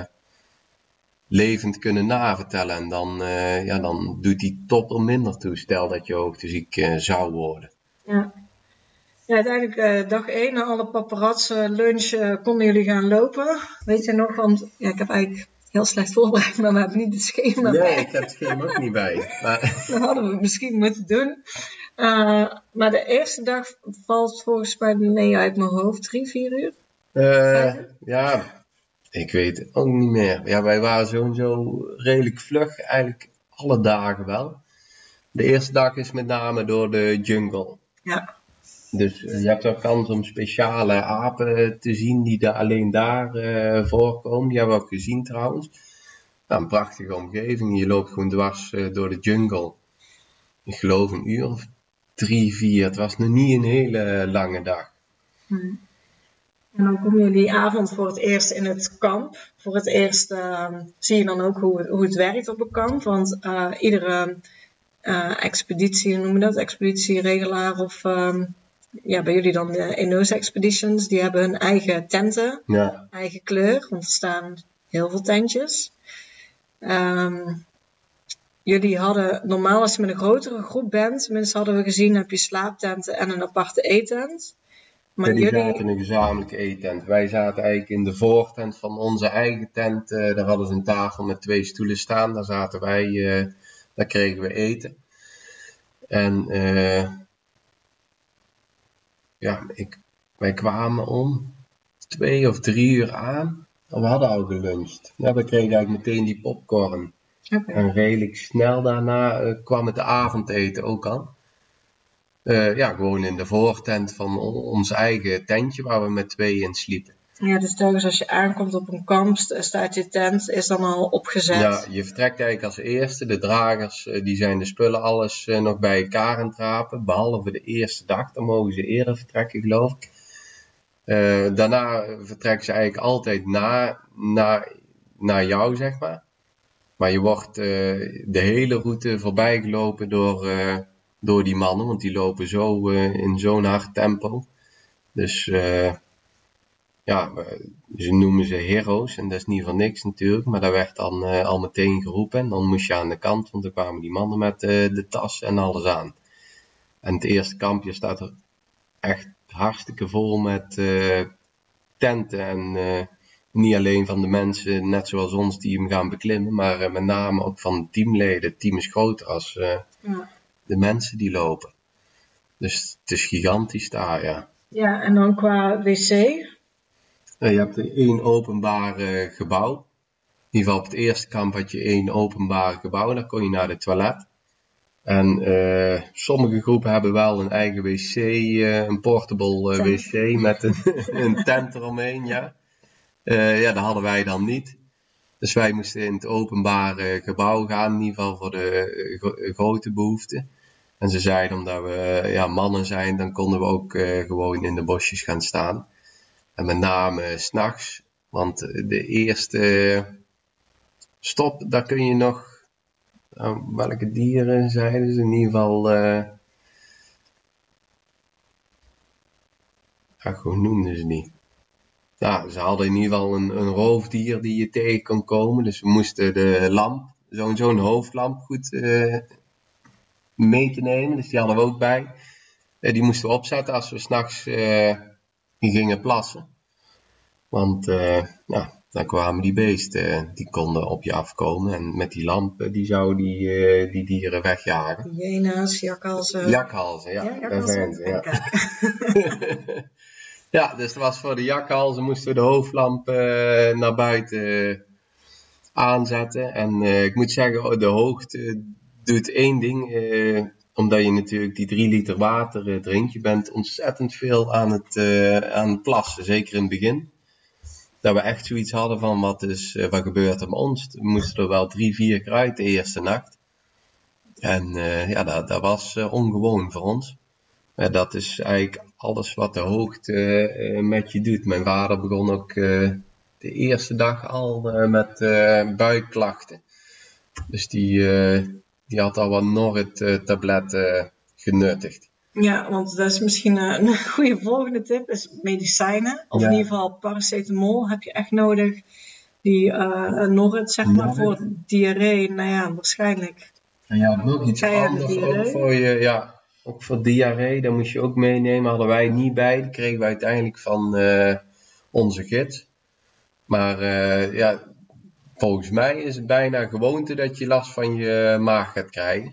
levend kunnen navertellen. En dan, uh, ja, dan doet die top er minder toe, stel dat je hoogteziek uh, zou worden. Ja. Ja, uiteindelijk uh, dag één, na alle paparazzen, lunch, uh, konden jullie gaan lopen. Weet je nog, want ja, ik heb eigenlijk heel slecht voorbereid, maar we hebben niet het schema nee, bij. Nee, ik heb het schema ook niet bij. Maar... Dat hadden we misschien moeten doen. Uh, maar de eerste dag valt volgens mij, nee, uit mijn hoofd, drie, vier uur? Uh, ja, ik weet het ook niet meer. Ja, wij waren sowieso redelijk vlug, eigenlijk alle dagen wel. De eerste dag is met name door de jungle. Ja. Dus uh, je hebt wel kans om speciale apen te zien die daar alleen daar uh, voorkomen. Die hebben we ook gezien trouwens. Nou, een prachtige omgeving. Je loopt gewoon dwars uh, door de jungle. Ik geloof een uur of drie, vier. Het was nog niet een hele lange dag. Hmm. En dan kom je die avond voor het eerst in het kamp. Voor het eerst uh, zie je dan ook hoe het, hoe het werkt op een kamp. Want uh, iedere uh, expeditie, hoe noem je dat? Expeditieregelaar of... Um, ja, bij jullie dan de Enosa Expeditions, die hebben hun eigen tenten, ja. eigen kleur, want er staan heel veel tentjes. Um, jullie hadden, normaal als je met een grotere groep bent, tenminste hadden we gezien, heb je slaaptenten en een aparte eetent. Maar die jullie zaten in een gezamenlijke eetent. Wij zaten eigenlijk in de voortent van onze eigen tent, uh, daar hadden ze een tafel met twee stoelen staan, daar zaten wij, uh, daar kregen we eten. En... Uh, Ja, ik, wij kwamen om twee of drie uur aan. En we hadden al geluncht. Ja, we kregen eigenlijk meteen die popcorn. Okay. En redelijk snel daarna uh, kwam het avondeten ook al. Uh, ja, gewoon in de voortent van on- ons eigen tentje waar we met twee in sliepen. Ja, dus telkens als je aankomt op een kamp, staat je tent, is dan al opgezet. Ja, je vertrekt eigenlijk als eerste. De dragers, die zijn de spullen alles nog bij elkaar aan het rapen. Behalve de eerste dag, dan mogen ze eerder vertrekken, geloof ik. Uh, daarna vertrekken ze eigenlijk altijd na, na, naar jou, zeg maar. Maar je wordt uh, de hele route voorbij gelopen door, uh, door die mannen. Want die lopen zo uh, in zo'n hard tempo. Dus... Uh, Ja, ze noemen ze heroes en dat is niet voor niks natuurlijk, maar dat werd dan uh, al meteen geroepen en dan moest je aan de kant, want dan kwamen die mannen met uh, de tas en alles aan. En het eerste kampje staat er echt hartstikke vol met uh, tenten en uh, niet alleen van de mensen, net zoals ons, die hem gaan beklimmen, maar uh, met name ook van de teamleden. Het team is groter als uh, ja. de mensen die lopen. Dus het is gigantisch daar, ja. Ja, en dan qua wc... Je hebt één openbaar uh, gebouw. In ieder geval op het eerste kamp had je één openbaar gebouw. Daar kon je naar de toilet. En uh, sommige groepen hebben wel een eigen wc, uh, een portable uh, wc met een, een tent eromheen. Ja. Uh, ja, dat hadden wij dan niet. Dus wij moesten in het openbare gebouw gaan, in ieder geval voor de uh, grote behoeften. En ze zeiden, omdat we uh, ja, mannen zijn, dan konden we ook uh, gewoon in de bosjes gaan staan. En met name 's nachts, want de eerste stop, daar kun je nog, nou, welke dieren zeiden ze, in ieder geval, uh, ja, hoe noemden ze die? Ja, ze hadden in ieder geval een, een roofdier die je tegen kon komen, dus we moesten de lamp, zo'n, zo'n hoofdlamp goed uh, mee te nemen, dus die hadden we ook bij. Uh, die moesten we opzetten als we 's nachts... Uh, Die gingen plassen. Want uh, ja, dan kwamen die beesten, die konden op je afkomen. En met die lampen, die zouden die, uh, die dieren wegjagen. Hyena's, jakhalzen. Jakhalzen, ja. Ja, daar zijn ze, ja. Ja, dus dat was voor de jakhalzen, moesten we de hoofdlamp uh, naar buiten uh, aanzetten. En uh, ik moet zeggen, de hoogte doet één ding, uh, omdat je natuurlijk die drie liter water uh, drinkt. Je bent ontzettend veel aan het, uh, aan het plassen, zeker in het begin. Dat we echt zoiets hadden van, wat, is, uh, wat gebeurt er met ons? We moesten er wel drie, vier keer uit de eerste nacht. En uh, ja, dat, dat was uh, ongewoon voor ons. Uh, dat is eigenlijk alles wat de hoogte uh, met je doet. Mijn vader begon ook uh, de eerste dag al uh, met uh, buikklachten. Dus die, uh, die had al wat Norrit-tabletten uh, genuttigd. Ja, want dat is misschien uh, een goede volgende tip, is medicijnen. Of ja. in ieder geval paracetamol heb je echt nodig. Die uh, Norrit, zeg maar, Norrit. Voor diarree, nou ja, waarschijnlijk. En ja, nog iets anders ook voor je, ja. Ook voor diarree, dat moest je ook meenemen. Hadden wij niet bij. Dat kregen we uiteindelijk van uh, onze gids. Maar uh, ja, volgens mij is het bijna gewoonte dat je last van je maag gaat krijgen.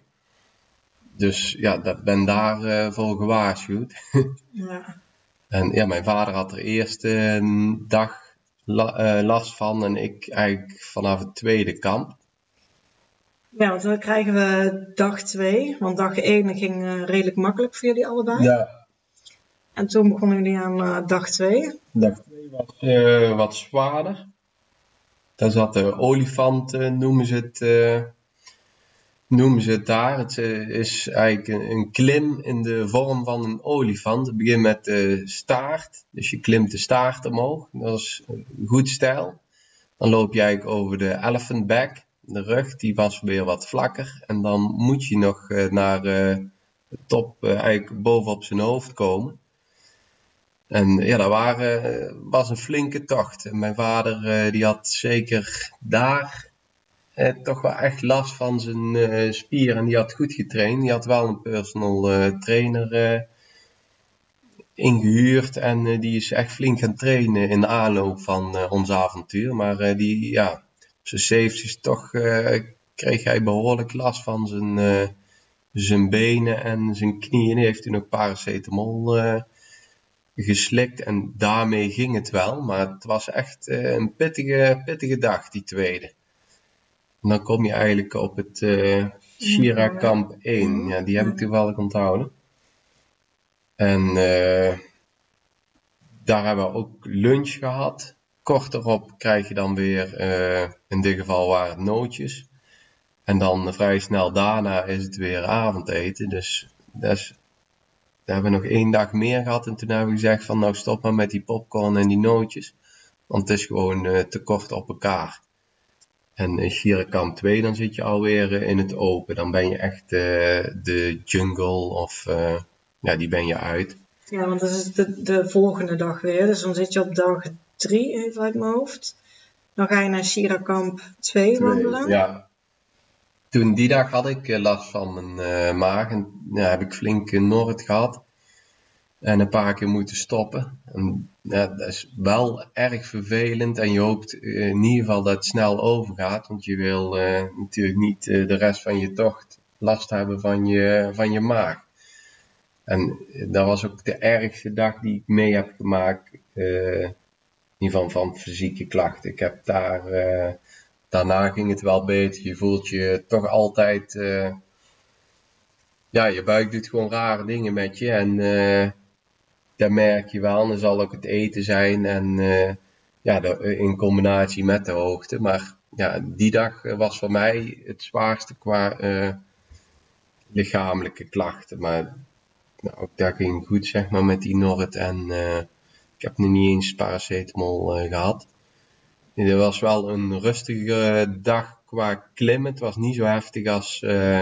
Dus ja, dat ben daar uh, voor gewaarschuwd. Ja. En ja, mijn vader had er eerst een dag la, uh, last van en ik eigenlijk vanaf het tweede kamp. Ja, want dan krijgen we dag twee. Want dag één ging uh, redelijk makkelijk voor jullie allebei. Ja. En toen begonnen jullie aan uh, dag twee. Dag twee was uh, wat zwaarder. Daar zat de olifant, uh, noemen ze het, uh, noemen ze het daar. Het uh, is eigenlijk een, een klim in de vorm van een olifant. Het begint met de staart. Dus je klimt de staart omhoog. Dat is goed stijl. Dan loop je eigenlijk over de elephant back. De rug, die was weer wat vlakker. En dan moet je nog uh, naar uh, de top, uh, eigenlijk bovenop zijn hoofd komen. En ja, dat waren, uh, was een flinke tocht. En mijn vader, uh, die had zeker daar uh, toch wel echt last van zijn uh, spieren. En die had goed getraind. Die had wel een personal uh, trainer uh, ingehuurd. En uh, die is echt flink gaan trainen in de aanloop van uh, ons avontuur. Maar uh, die, ja... Op zijn zeventigste toch uh, kreeg hij behoorlijk last van zijn, uh, zijn benen en zijn knieën. Hij heeft toen ook paracetamol uh, geslikt en daarmee ging het wel. Maar het was echt uh, een pittige, pittige dag, die tweede. En dan kom je eigenlijk op het uh, Shira kamp één. Ja, die heb ik toevallig onthouden. En uh, daar hebben we ook lunch gehad. Kort erop krijg je dan weer, uh, in dit geval waren het nootjes. En dan uh, vrij snel daarna is het weer avondeten. Dus dat is, daar hebben we nog één dag meer gehad. En toen hebben we gezegd van nou stop maar met die popcorn en die nootjes. Want het is gewoon uh, te kort op elkaar. En in Shira kamp twee dan zit je alweer uh, in het open. Dan ben je echt uh, de jungle of uh, ja, die ben je uit. Ja, want dat is de, de volgende dag weer. Dus dan zit je op dag drie, even uit mijn hoofd. Dan ga je naar Shira kamp twee wandelen. Ja. Toen die dag had ik uh, last van mijn uh, maag. En ja, heb ik flink uh, Norrit gehad. En een paar keer moeten stoppen. En ja, dat is wel erg vervelend. En je hoopt uh, in ieder geval dat het snel overgaat. Want je wil uh, natuurlijk niet uh, de rest van je tocht last hebben van je, van je maag. En dat was ook de ergste dag die ik mee heb gemaakt. Uh, in ieder geval van fysieke klachten. Ik heb daar, uh, daarna ging het wel beter. Je voelt je toch altijd... Uh, ja, je buik doet gewoon rare dingen met je. En uh, dat merk je wel. En dan zal ook het eten zijn. En uh, ja, de, in combinatie met de hoogte. Maar ja, die dag was voor mij het zwaarste qua uh, lichamelijke klachten. Maar... Nou, ook dat ging goed, zeg maar, met die Norrit. En uh, ik heb nog niet eens paracetamol uh, gehad. Het was wel een rustige dag qua klimmen. Het was niet zo heftig als uh,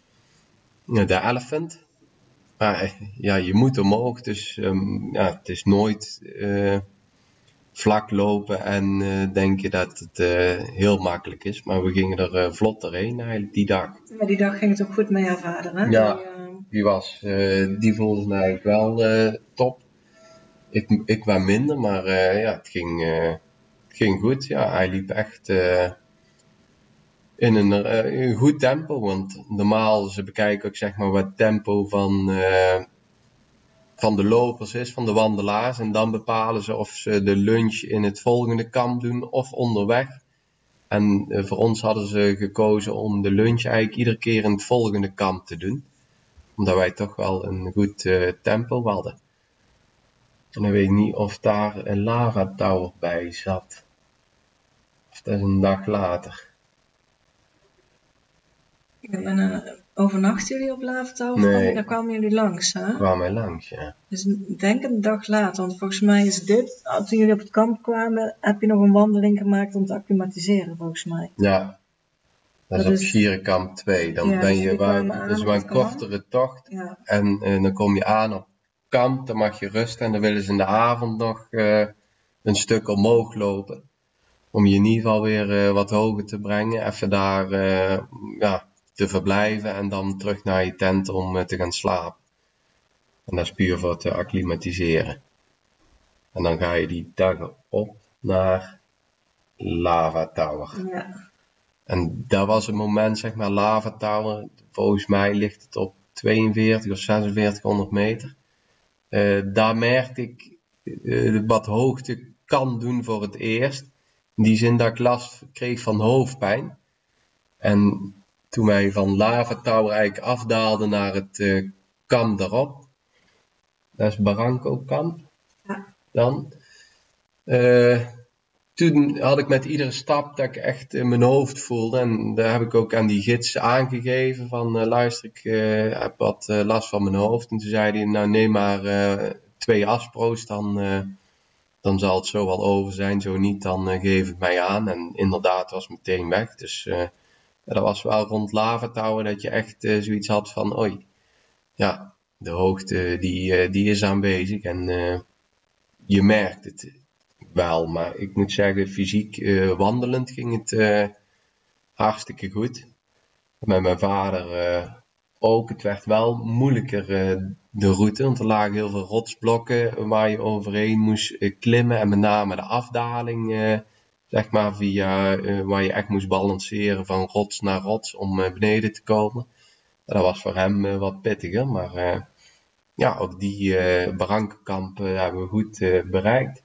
de Elephant. Maar ja, je moet omhoog. Dus um, ja, het is nooit uh, vlak lopen en uh, denken dat het uh, heel makkelijk is. Maar we gingen er uh, vlot doorheen eigenlijk die dag. Ja, die dag ging het ook goed met jouw vader, hè? Ja. Die, uh... Die, was, uh, die voelde mij eigenlijk wel uh, top. Ik, ik was minder, maar uh, ja, het ging, uh, het ging goed. Ja, hij liep echt uh, in een, uh, een goed tempo. Want normaal, ze bekijken ook zeg maar wat tempo van, uh, van de lopers is, van de wandelaars. En dan bepalen ze of ze de lunch in het volgende kamp doen of onderweg. En uh, voor ons hadden ze gekozen om de lunch eigenlijk iedere keer in het volgende kamp te doen. Omdat wij toch wel een goed uh, tempo hadden. En dan weet ik niet of daar een lava tower bij zat. Of dat is een dag later. Ja, en uh, overnachten jullie op Lava Tower? Nee. Daar kwamen jullie langs, hè? Kwamen wij langs, ja. Dus ik denk een dag later, want volgens mij is dit, toen jullie op het kamp kwamen, heb je nog een wandeling gemaakt om te acclimatiseren, volgens mij. Ja, dat is Dat op is- Schierenkamp twee. Dan Ja, ben dus je jullie waar, kwamen aan dat is op wel het een kamp. kortere tocht. Ja, En uh, dan kom je aan op kamp, dan mag je rusten en dan willen ze in de avond nog uh, een stuk omhoog lopen. Om je in ieder geval weer uh, wat hoger te brengen, even daar uh, ja, te verblijven en dan terug naar je tent om uh, te gaan slapen. En dat is puur voor te acclimatiseren. En dan ga je die dag op naar Lava Tower. ja. En dat was een moment, zeg maar, Lava Tower. Volgens mij ligt het op tweeënveertig of zesenveertighonderd meter. Uh, daar merkte ik uh, wat hoogte kan doen voor het eerst. In die zin dat ik last kreeg van hoofdpijn. En toen wij van Lava Tower eigenlijk afdaalden naar het uh, kamp erop. Dat is Barranco kamp. Ja. Dan. Uh, Toen had ik met iedere stap dat ik echt in mijn hoofd voelde. En daar heb ik ook aan die gids aangegeven van uh, luister, ik uh, heb wat uh, last van mijn hoofd. En toen zei hij, nou neem maar uh, twee aspro's, dan, uh, dan zal het zo wel over zijn. Zo niet, dan uh, geef het mij aan. En inderdaad, was meteen weg. Dus uh, ja, dat was wel rond Lava Tower dat je echt uh, zoiets had van, oei, ja, de hoogte die, uh, die is aanwezig. En uh, je merkt het wel, maar ik moet zeggen, fysiek uh, wandelend ging het uh, hartstikke goed. Met mijn vader uh, ook. Het werd wel moeilijker uh, de route, want er lagen heel veel rotsblokken waar je overheen moest uh, klimmen. En met name de afdaling, uh, zeg maar, via, uh, waar je echt moest balanceren van rots naar rots om uh, beneden te komen. Dat was voor hem uh, wat pittiger, maar uh, ja, ook die uh, Barranco-kamp uh, hebben we goed uh, bereikt.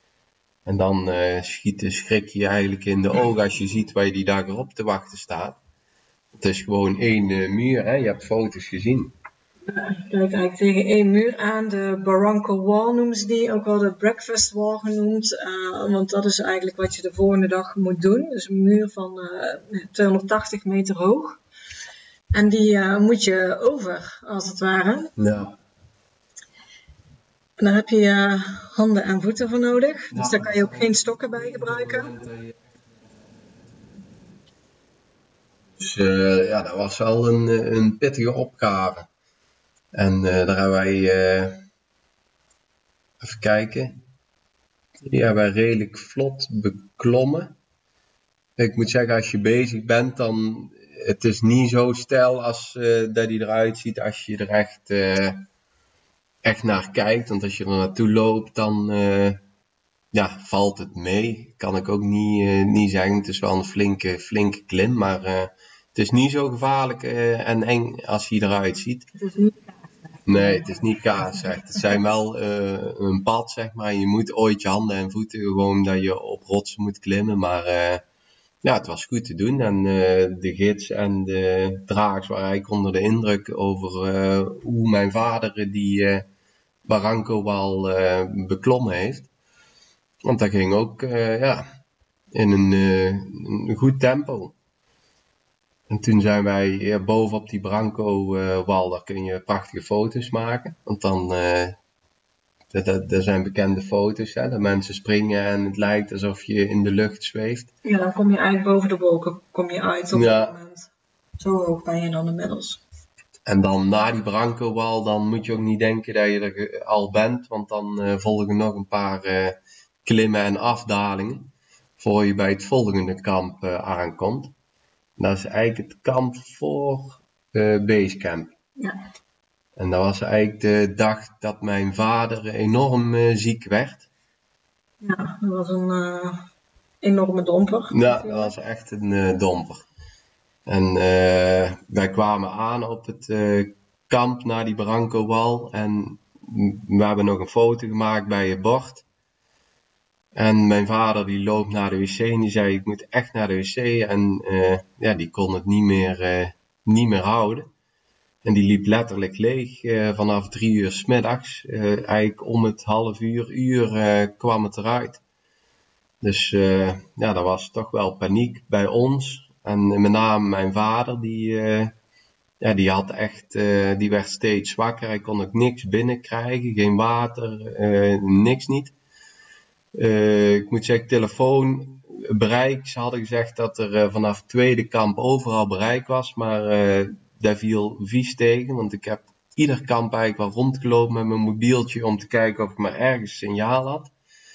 En dan uh, schiet de schrik je eigenlijk in de ogen als je ziet waar je die dag erop te wachten staat. Het is gewoon één uh, muur, hè? Je hebt foto's gezien. Ja, je kijkt eigenlijk tegen één muur aan. De Barranco Wall noemen ze die, ook wel de Breakfast Wall genoemd. Uh, want dat is eigenlijk wat je de volgende dag moet doen. Dus een muur van uh, tweehonderdtachtig meter hoog. En die uh, moet je over, als het ware. Ja. En daar heb je uh, handen en voeten voor nodig. Dus Ja. daar kan je ook geen stokken bij gebruiken. Dus uh, ja, dat was wel een, een pittige opgave. En uh, daar hebben wij, uh, even kijken, die hebben wij redelijk vlot beklommen. Ik moet zeggen, als je bezig bent, dan het is niet zo steil als uh, dat hij eruit ziet als je er echt, uh, echt naar kijkt. Want als je er naartoe loopt, dan uh, ja, valt het mee. Kan ik ook niet, uh, niet zeggen. Het is wel een flinke, flinke klim, maar uh, het is niet zo gevaarlijk uh, en eng als hij eruit ziet. Het is niet Nee, het is niet kaarsrecht. Het zijn wel uh, een pad, zeg maar. Je moet ooit je handen en voeten, gewoon dat je op rotsen moet klimmen. Maar uh, ja, het was goed te doen. En uh, de gids en de dragers waren eigenlijk onder de indruk over uh, hoe mijn vader die uh, Barranco wel uh, beklommen heeft. Want dat ging ook uh, ja, in een, uh, een goed tempo. En toen zijn wij ja, bovenop die Barranco-wal, uh, daar kun je prachtige foto's maken. Want dan, uh, dat, dat, dat zijn bekende foto's, hè, dat mensen springen en het lijkt alsof je in de lucht zweeft. Ja, dan kom je eigenlijk boven de wolken kom je uit op Ja. dat moment. Zo hoog ben je dan inmiddels. En dan na die Barranco-wal, dan moet je ook niet denken dat je er al bent. Want dan uh, volgen nog een paar uh, klimmen en afdalingen. Voor je bij het volgende kamp uh, aankomt. Dat is eigenlijk het kamp voor uh, Basecamp. Ja. En dat was eigenlijk de dag dat mijn vader enorm uh, ziek werd. Ja, dat was een uh, enorme domper. Ja, dat was echt een uh, domper. En uh, wij kwamen aan op het uh, kamp naar die Barranco-wal. En we hebben nog een foto gemaakt bij het bord. En mijn vader die loopt naar de wc en die zei ik moet echt naar de wc. En uh, ja, die kon het niet meer, uh, niet meer houden. En die liep letterlijk leeg uh, vanaf drie uur 's middags. Uh, eigenlijk om het half uur, uur uh, kwam het eruit. Dus uh, ja, dat was toch wel paniek bij ons. En met name mijn vader, die, uh, ja, die had echt, uh, die werd steeds zwakker. Hij kon ook niks binnenkrijgen, geen water, uh, niks niet. Uh, ik moet zeggen, telefoonbereik. Ze hadden gezegd dat er uh, vanaf het tweede kamp overal bereik was, maar uh, daar viel vies tegen. Want ik heb ieder kamp eigenlijk wel rondgelopen met mijn mobieltje om te kijken of ik maar ergens signaal had.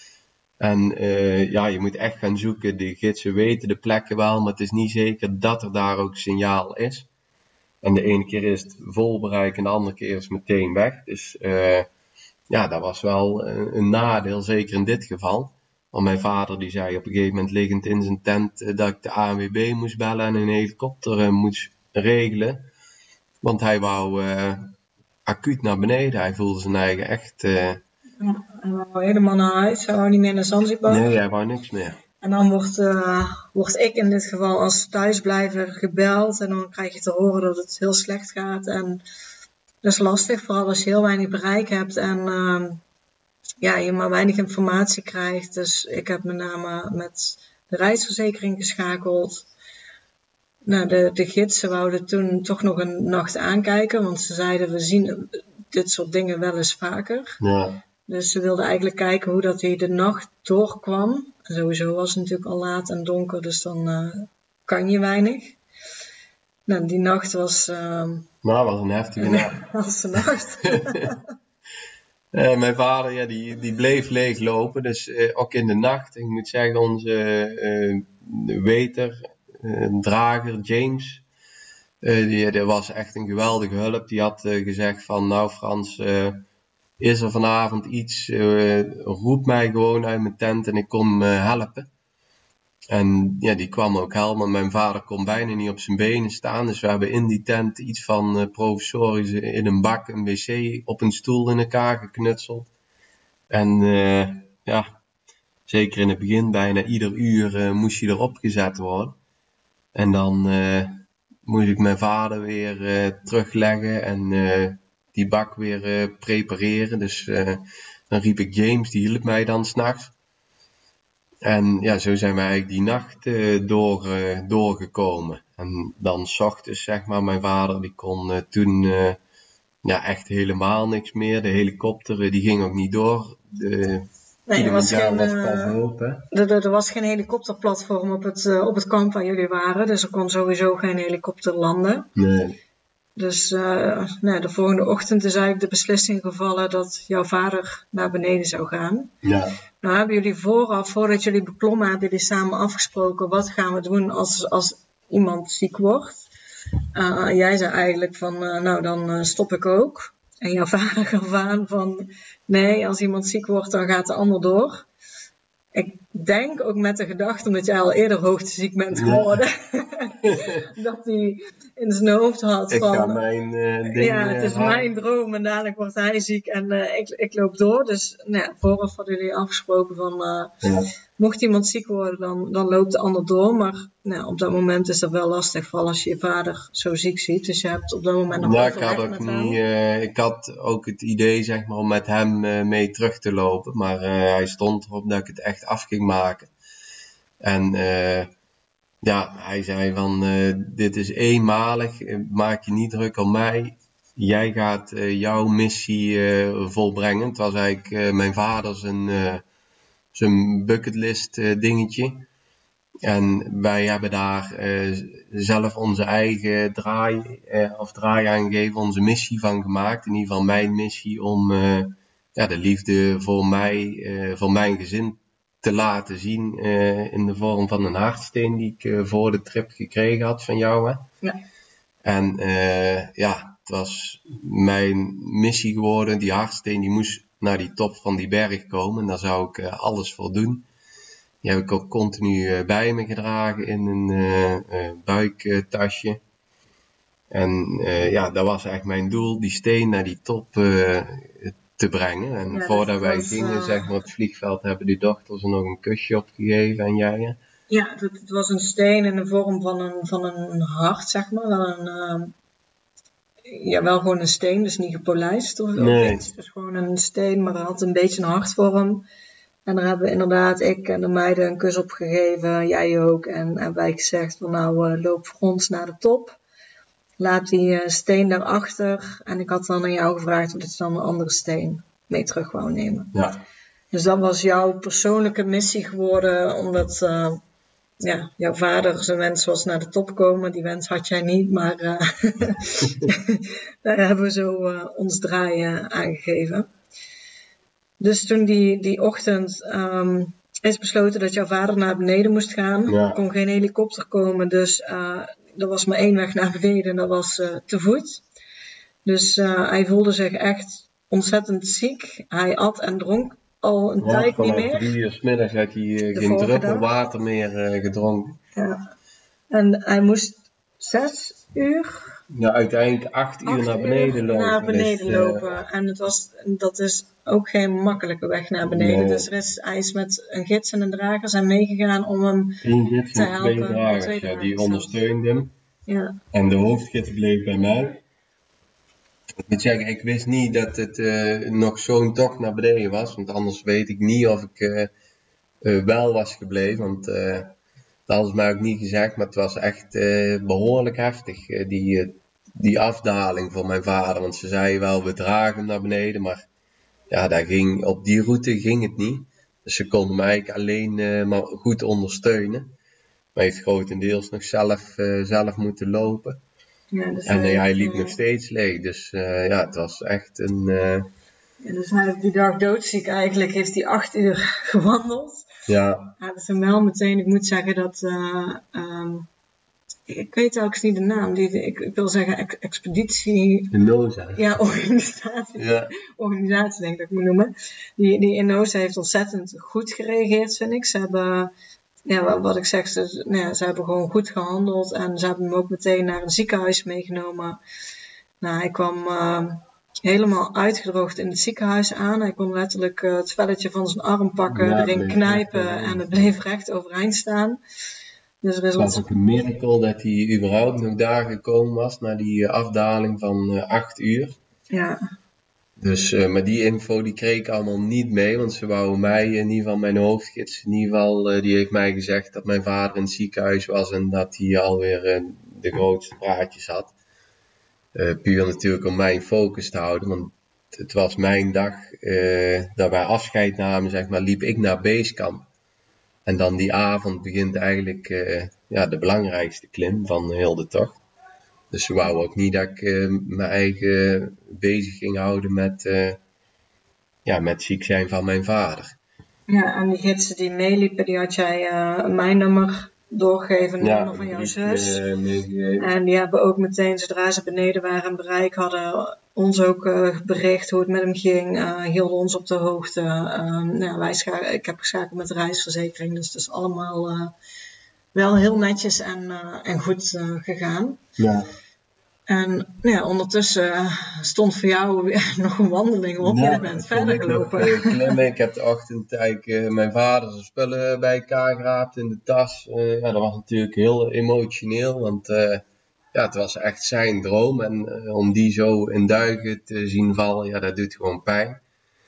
En uh, ja, je moet echt gaan zoeken. De gidsen weten de plekken wel, maar het is niet zeker dat er daar ook signaal is. En de ene keer is het vol bereik en de andere keer is het meteen weg. Dus uh, ja, dat was wel een, een nadeel, zeker in dit geval. Want mijn vader die zei op een gegeven moment liggend in zijn tent uh, dat ik de A N W B moest bellen en een helikopter uh, moest regelen. Want hij wou uh, acuut naar beneden. Hij voelde zijn eigen echt... Uh, Ja, hij wou helemaal naar huis, hij wou niet meer naar Zanzibar. Nee, hij wou niks meer. En dan wordt, uh, word ik in dit geval als thuisblijver gebeld en dan krijg je te horen dat het heel slecht gaat. En dat is lastig, vooral als je heel weinig bereik hebt en uh, ja, je maar weinig informatie krijgt. Dus ik heb met name met de reisverzekering geschakeld. Nou, de, de gidsen wouden toen toch nog een nacht aankijken, want ze zeiden we zien dit soort dingen wel eens vaker. Ja. Dus ze wilden eigenlijk kijken hoe dat hij de nacht doorkwam. En sowieso was het natuurlijk al laat en donker, dus dan uh, kan je weinig. Nou, die nacht was... Uh, nou, was een heftige nacht. was een nacht. uh, mijn vader, ja, die, die bleef leeglopen, dus uh, ook in de nacht. Ik moet zeggen, onze uh, weter, uh, drager, James... Uh, die, die was echt een geweldige hulp. Die had uh, gezegd van, nou Frans... Uh, is er vanavond iets, uh, roep mij gewoon uit mijn tent en ik kom uh, helpen. En ja, die kwam ook helpen. Mijn vader kon bijna niet op zijn benen staan. Dus we hebben in die tent iets van uh, provisorisch in een bak, een wc op een stoel in elkaar geknutseld. En uh, ja, zeker in het begin, bijna ieder uur uh, moest je erop gezet worden. En dan uh, moest ik mijn vader weer uh, terugleggen en... Uh, die bak weer uh, prepareren. Dus uh, dan riep ik James, die hielp mij dan 's nachts. En ja, zo zijn we eigenlijk die nacht uh, door, uh, doorgekomen. En dan 's ochtends, zeg maar, mijn vader die kon uh, toen uh, ja, echt helemaal niks meer. De helikopter uh, die ging ook niet door. De, nee, er was, geen, was uh, open. Er, er was geen helikopterplatform op het, uh, op het kamp waar jullie waren. Dus er kon sowieso geen helikopter landen. Nee. Dus uh, nou, de volgende ochtend is eigenlijk de beslissing gevallen dat jouw vader naar beneden zou gaan. Ja. Nou hebben jullie vooraf, voordat jullie beklommen, hebben jullie samen afgesproken wat gaan we doen als, als iemand ziek wordt. Uh, jij zei eigenlijk van, uh, nou dan uh, stop ik ook. En jouw vader gaf aan van, nee, als iemand ziek wordt dan gaat de ander door. Ik denk ook met de gedachte, omdat jij al eerder hoogteziek bent geworden, ja. dat hij in zijn hoofd had ik van... ga mijn uh, ding, ja, het is uh, mijn droom en dadelijk wordt hij ziek en uh, ik, ik loop door. Dus nou ja, vooraf hadden jullie afgesproken van, uh, ja. mocht iemand ziek worden, dan, dan loopt de ander door. Maar nou, op dat moment is dat wel lastig, vooral als je je vader zo ziek ziet. Dus je hebt op dat moment nog ja, overleg ik had ook met niet, hem. uh, ik had ook het idee, zeg maar, om met hem uh, mee terug te lopen. Maar uh, hij stond erop dat ik het echt af ging maken. En uh, ja, hij zei van, uh, dit is eenmalig, maak je niet druk om mij. Jij gaat uh, jouw missie uh, volbrengen. Het was eigenlijk uh, mijn vader zijn, uh, zijn bucketlist uh, dingetje. En wij hebben daar uh, zelf onze eigen draai, uh, of draai aangegeven, onze missie van gemaakt. In ieder geval mijn missie om uh, ja, de liefde voor mij, uh, voor mijn gezin te laten zien uh, in de vorm van een hartsteen die ik uh, voor de trip gekregen had van jou. Hè? Ja. En uh, ja, het was mijn missie geworden. Die hartsteen die moest naar die top van die berg komen. En daar zou ik uh, alles voor doen. Die heb ik ook continu uh, bij me gedragen in een uh, uh, buiktasje. En uh, ja, dat was eigenlijk mijn doel. Die steen naar die top uh, te brengen. En Ja, voordat dat wij was, gingen, uh, zeg maar, op het vliegveld, hebben die dochters er nog een kusje op gegeven en jij? Ja, het, het was een steen in de vorm van een, van een hart, zeg maar. Wel een, uh, ja, wel gewoon een steen, dus niet gepolijst of, Nee. of iets. Dus gewoon een steen, maar het had een beetje een hartvorm. En daar hebben inderdaad ik en de meiden een kus op gegeven, jij ook. En hebben wij gezegd van nou, uh, loop voor ons naar de top. Laat die uh, steen daarachter. En ik had dan aan jou gevraagd of je dan een andere steen mee terug wou nemen. Ja. Dus dat was jouw persoonlijke missie geworden, omdat uh, ja, jouw vader zijn wens was naar de top komen. Die wens had jij niet, maar uh, daar hebben we zo uh, ons draaien aangegeven. Dus toen die, die ochtend um, is besloten dat jouw vader naar beneden moest gaan. Ja. Er kon geen helikopter komen, dus uh, er was maar één weg naar beneden en dat was uh, te voet. Dus uh, hij voelde zich echt ontzettend ziek. Hij at en dronk al een Ja, tijd niet vanaf meer. drie uur 's middags had hij uh, De geen vorige druppel dag. water meer uh, gedronken. Ja. En hij moest zes uur, Ja, uiteindelijk acht uur acht naar beneden uur lopen. naar beneden Dus, uh, lopen. En het was, dat is ook geen makkelijke weg naar beneden. Nee. Dus er is, hij is met een gids en een drager zijn meegegaan om hem één gids te en twee helpen. dragers, Twee ja, dragers, die ja. ondersteunden hem. Ja, En de hoofdgids bleef bij mij. Ik moet zeggen, ik wist niet dat het uh, nog zo'n tocht naar beneden was. Want anders weet ik niet of ik uh, uh, wel was gebleven. Want uh, dat hadden ze mij ook niet gezegd. Maar het was echt uh, behoorlijk heftig. Uh, die, uh, die afdaling voor mijn vader. Want ze zeiden wel, we dragen hem naar beneden. Maar ja, daar ging, op die route ging het niet. Dus ze konden mij eigenlijk alleen uh, maar goed ondersteunen. Maar hij heeft grotendeels nog zelf, uh, zelf moeten lopen. ja, dus En uh, hij, hij liep uh, nog steeds leeg. Dus uh, ja, het was echt een... Uh, ja, dus hij heeft die dag doodziek eigenlijk, heeft hij acht uur gewandeld. ja, Ja, dat is hem wel meteen, ik moet zeggen dat, uh, um, ik weet telkens niet de naam, die, ik, ik wil zeggen ex- expeditie, de Noza. ja, organisatie, Ja, organisatie denk ik dat ik moet noemen. Die, die Inoza heeft ontzettend goed gereageerd, vind ik. Ze hebben, ja, wat, wat ik zeg, ze, nou ja, ze hebben gewoon goed gehandeld en ze hebben hem ook meteen naar een ziekenhuis meegenomen. Nou, hij kwam uh, helemaal uitgedroogd in het ziekenhuis aan. Hij kon letterlijk uh, het velletje van zijn arm pakken, Ja, erin bleef knijpen recht overeind en het bleef recht overeind staan. Dus er is het was ons... ook een miracle dat hij überhaupt nog daar gekomen was. Na die uh, afdaling van uh, acht uur. Ja, Dus, uh, maar die info die kreeg ik allemaal niet mee. Want ze wouden mij, in ieder geval mijn hoofdgids, in ieder geval, uh, die heeft mij gezegd dat mijn vader in het ziekenhuis was. En dat hij alweer uh, de grootste praatjes had. Uh, puur natuurlijk om mij in focus te houden. Want het was mijn dag uh, dat wij afscheid namen, zeg maar, liep ik naar Basecamp. En dan die avond begint eigenlijk uh, ja, de belangrijkste klim van heel de tocht. Dus ze wou ook niet dat ik uh, mijn eigen bezig ging houden met, uh, ja, met ziek zijn van mijn vader. ja, en die gidsen die meeliepen, die had jij uh, mijn nummer doorgegeven, Ja, nummer van jouw zus. Uh, meegegeven. En die hebben ook meteen, zodra ze beneden waren en bereik hadden, ons ook uh, bericht hoe het met hem ging. Uh, hielden ons op de hoogte. Uh, nou, wij scha- ik heb geschakeld met de reisverzekering, dus het is allemaal uh, wel heel netjes en, uh, en goed uh, gegaan. Ja. En nou ja, ondertussen uh, stond voor jou weer nog een wandeling op. Ja, Je bent toen verder ik nog, gelopen. uh, klimmen. Ik heb de ochtend eigenlijk uh, mijn vader zijn spullen bij elkaar geraapt in de tas. Uh, ja, dat was natuurlijk heel emotioneel, want uh, ja, het was echt zijn droom. En uh, om die zo in duigen te zien vallen, ja, dat doet gewoon pijn.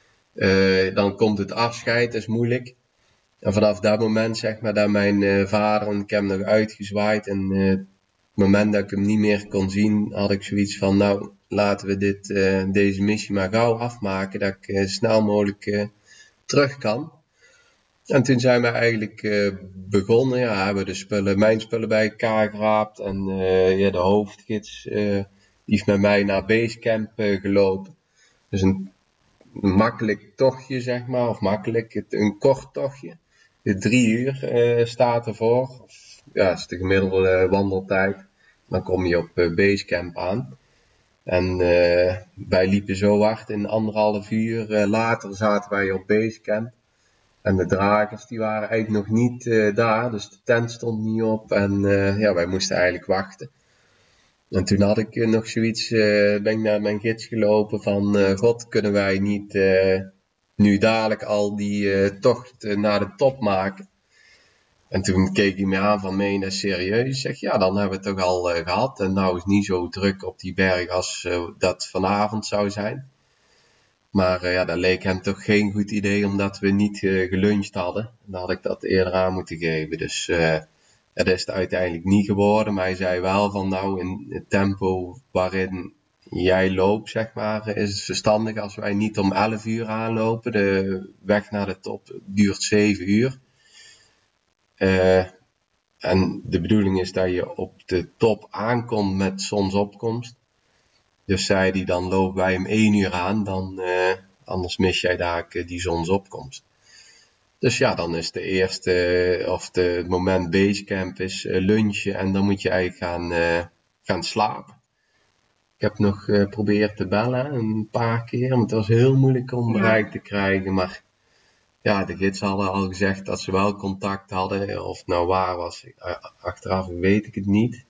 Uh, dan komt het afscheid, dat is moeilijk. En vanaf dat moment, zeg maar, dat mijn uh, vader, en ik heb hem nog uitgezwaaid. En uh, op het moment dat ik hem niet meer kon zien, had ik zoiets van, nou, laten we dit, uh, deze missie maar gauw afmaken, dat ik uh, snel mogelijk uh, terug kan. En toen zijn we eigenlijk uh, begonnen, ja, hebben de spullen, mijn spullen bij elkaar geraapt. En uh, ja, de hoofdgids, uh, die heeft met mij naar Basecamp uh, gelopen. Dus een, een makkelijk tochtje, zeg maar, of makkelijk, het, een kort tochtje. De drie uur uh, staat ervoor, of, ja, dat is de gemiddelde uh, wandeltijd. Dan kom je op uh, Basecamp aan. En uh, wij liepen zo hard in anderhalf uur. Uh, later zaten wij op Basecamp. En de dragers die waren eigenlijk nog niet uh, daar. Dus de tent stond niet op. En uh, ja, wij moesten eigenlijk wachten. En toen had ik nog zoiets, uh, ben ik naar mijn gids gelopen van, uh, god, kunnen wij niet uh, nu dadelijk al die uh, tocht uh, naar de top maken? En toen keek hij me aan van, meen je dat serieus? Ik zeg, ja, dan hebben we het toch al uh, gehad. En nou is het niet zo druk op die berg als uh, dat vanavond zou zijn. Maar uh, ja, dat leek hem toch geen goed idee, omdat we niet uh, geluncht hadden. Dan had ik dat eerder aan moeten geven. Dus uh, ja, dat is het uiteindelijk niet geworden. Maar hij zei wel van, nou, in het tempo waarin jij loopt, zeg maar, is het verstandig als wij niet om elf uur aanlopen. De weg naar de top duurt zeven uur. Uh, en de bedoeling is dat je op de top aankomt met zonsopkomst. Dus zei hij, dan lopen wij om één uur aan, dan, uh, anders mis jij daar uh, die zonsopkomst. Dus ja, dan is de eerste, uh, of de, het moment basecamp is uh, lunchen en dan moet je eigenlijk gaan, uh, gaan slapen. Ik heb nog geprobeerd uh, te bellen een paar keer, maar het was heel moeilijk om bereik te krijgen. Maar ja, de gids hadden al gezegd dat ze wel contact hadden. Of het nou waar was, achteraf weet ik het niet.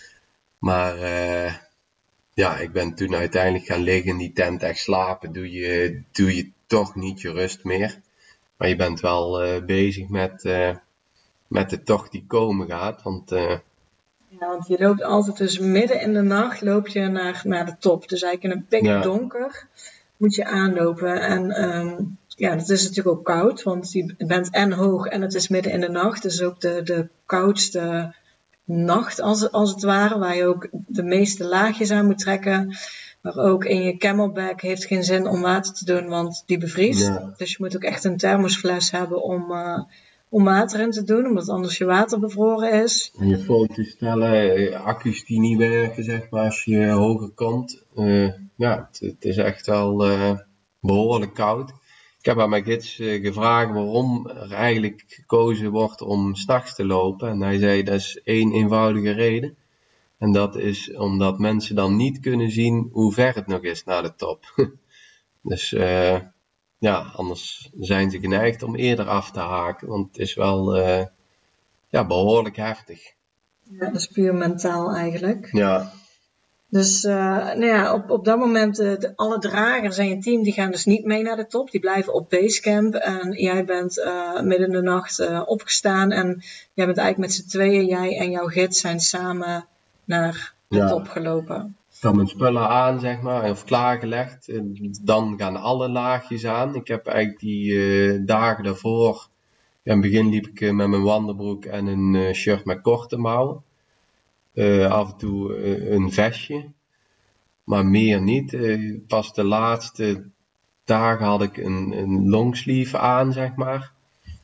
Maar uh, ja, ik ben toen uiteindelijk gaan liggen in die tent, echt slapen. Doe je, doe je toch niet je rust meer. Maar je bent wel uh, bezig met, uh, met de tocht die komen gaat. Want, uh, ja, want je loopt altijd dus midden in de nacht loop je naar, naar de top. Dus eigenlijk in een pikdonker ja. moet je aanlopen. En um, ja, dat is natuurlijk ook koud, want je bent en hoog en het is midden in de nacht. Dus ook de, de koudste nacht als, als het ware, waar je ook de meeste laagjes aan moet trekken. Maar ook in je camelback heeft geen zin om water te doen, want die bevriest. Ja. Dus je moet ook echt een thermosfles hebben om, uh, om water in te doen, omdat anders je water bevroren is. En je foto's stellen, accu's die niet werken, zeg maar, als je hoger komt. Uh, ja, het, het is echt wel uh, behoorlijk koud. Ik heb aan mijn gids uh, gevraagd waarom er eigenlijk gekozen wordt om 's nachts te lopen. En hij zei, dat is één eenvoudige reden. En dat is omdat mensen dan niet kunnen zien hoe ver het nog is naar de top. Dus uh, ja, anders zijn ze geneigd om eerder af te haken. Want het is wel uh, ja, behoorlijk heftig. Ja, dat is puur mentaal eigenlijk. Ja. Dus uh, nou ja, op, op dat moment, uh, de, alle dragers en je team die gaan dus niet mee naar de top. Die blijven op basecamp. En jij bent uh, midden in de nacht uh, opgestaan. En jij bent eigenlijk met z'n tweeën, jij en jouw gids zijn samen naar de ja. top gelopen. Ik had mijn spullen aan, zeg maar, of klaargelegd. Dan gaan alle laagjes aan. Ik heb eigenlijk die uh, dagen daarvoor... Ja, in het begin liep ik uh, met mijn wandelbroek en een uh, shirt met korte mouwen. Uh, af en toe uh, een vestje. Maar meer niet. Uh, pas de laatste dagen had ik een, een longsleeve aan, zeg maar.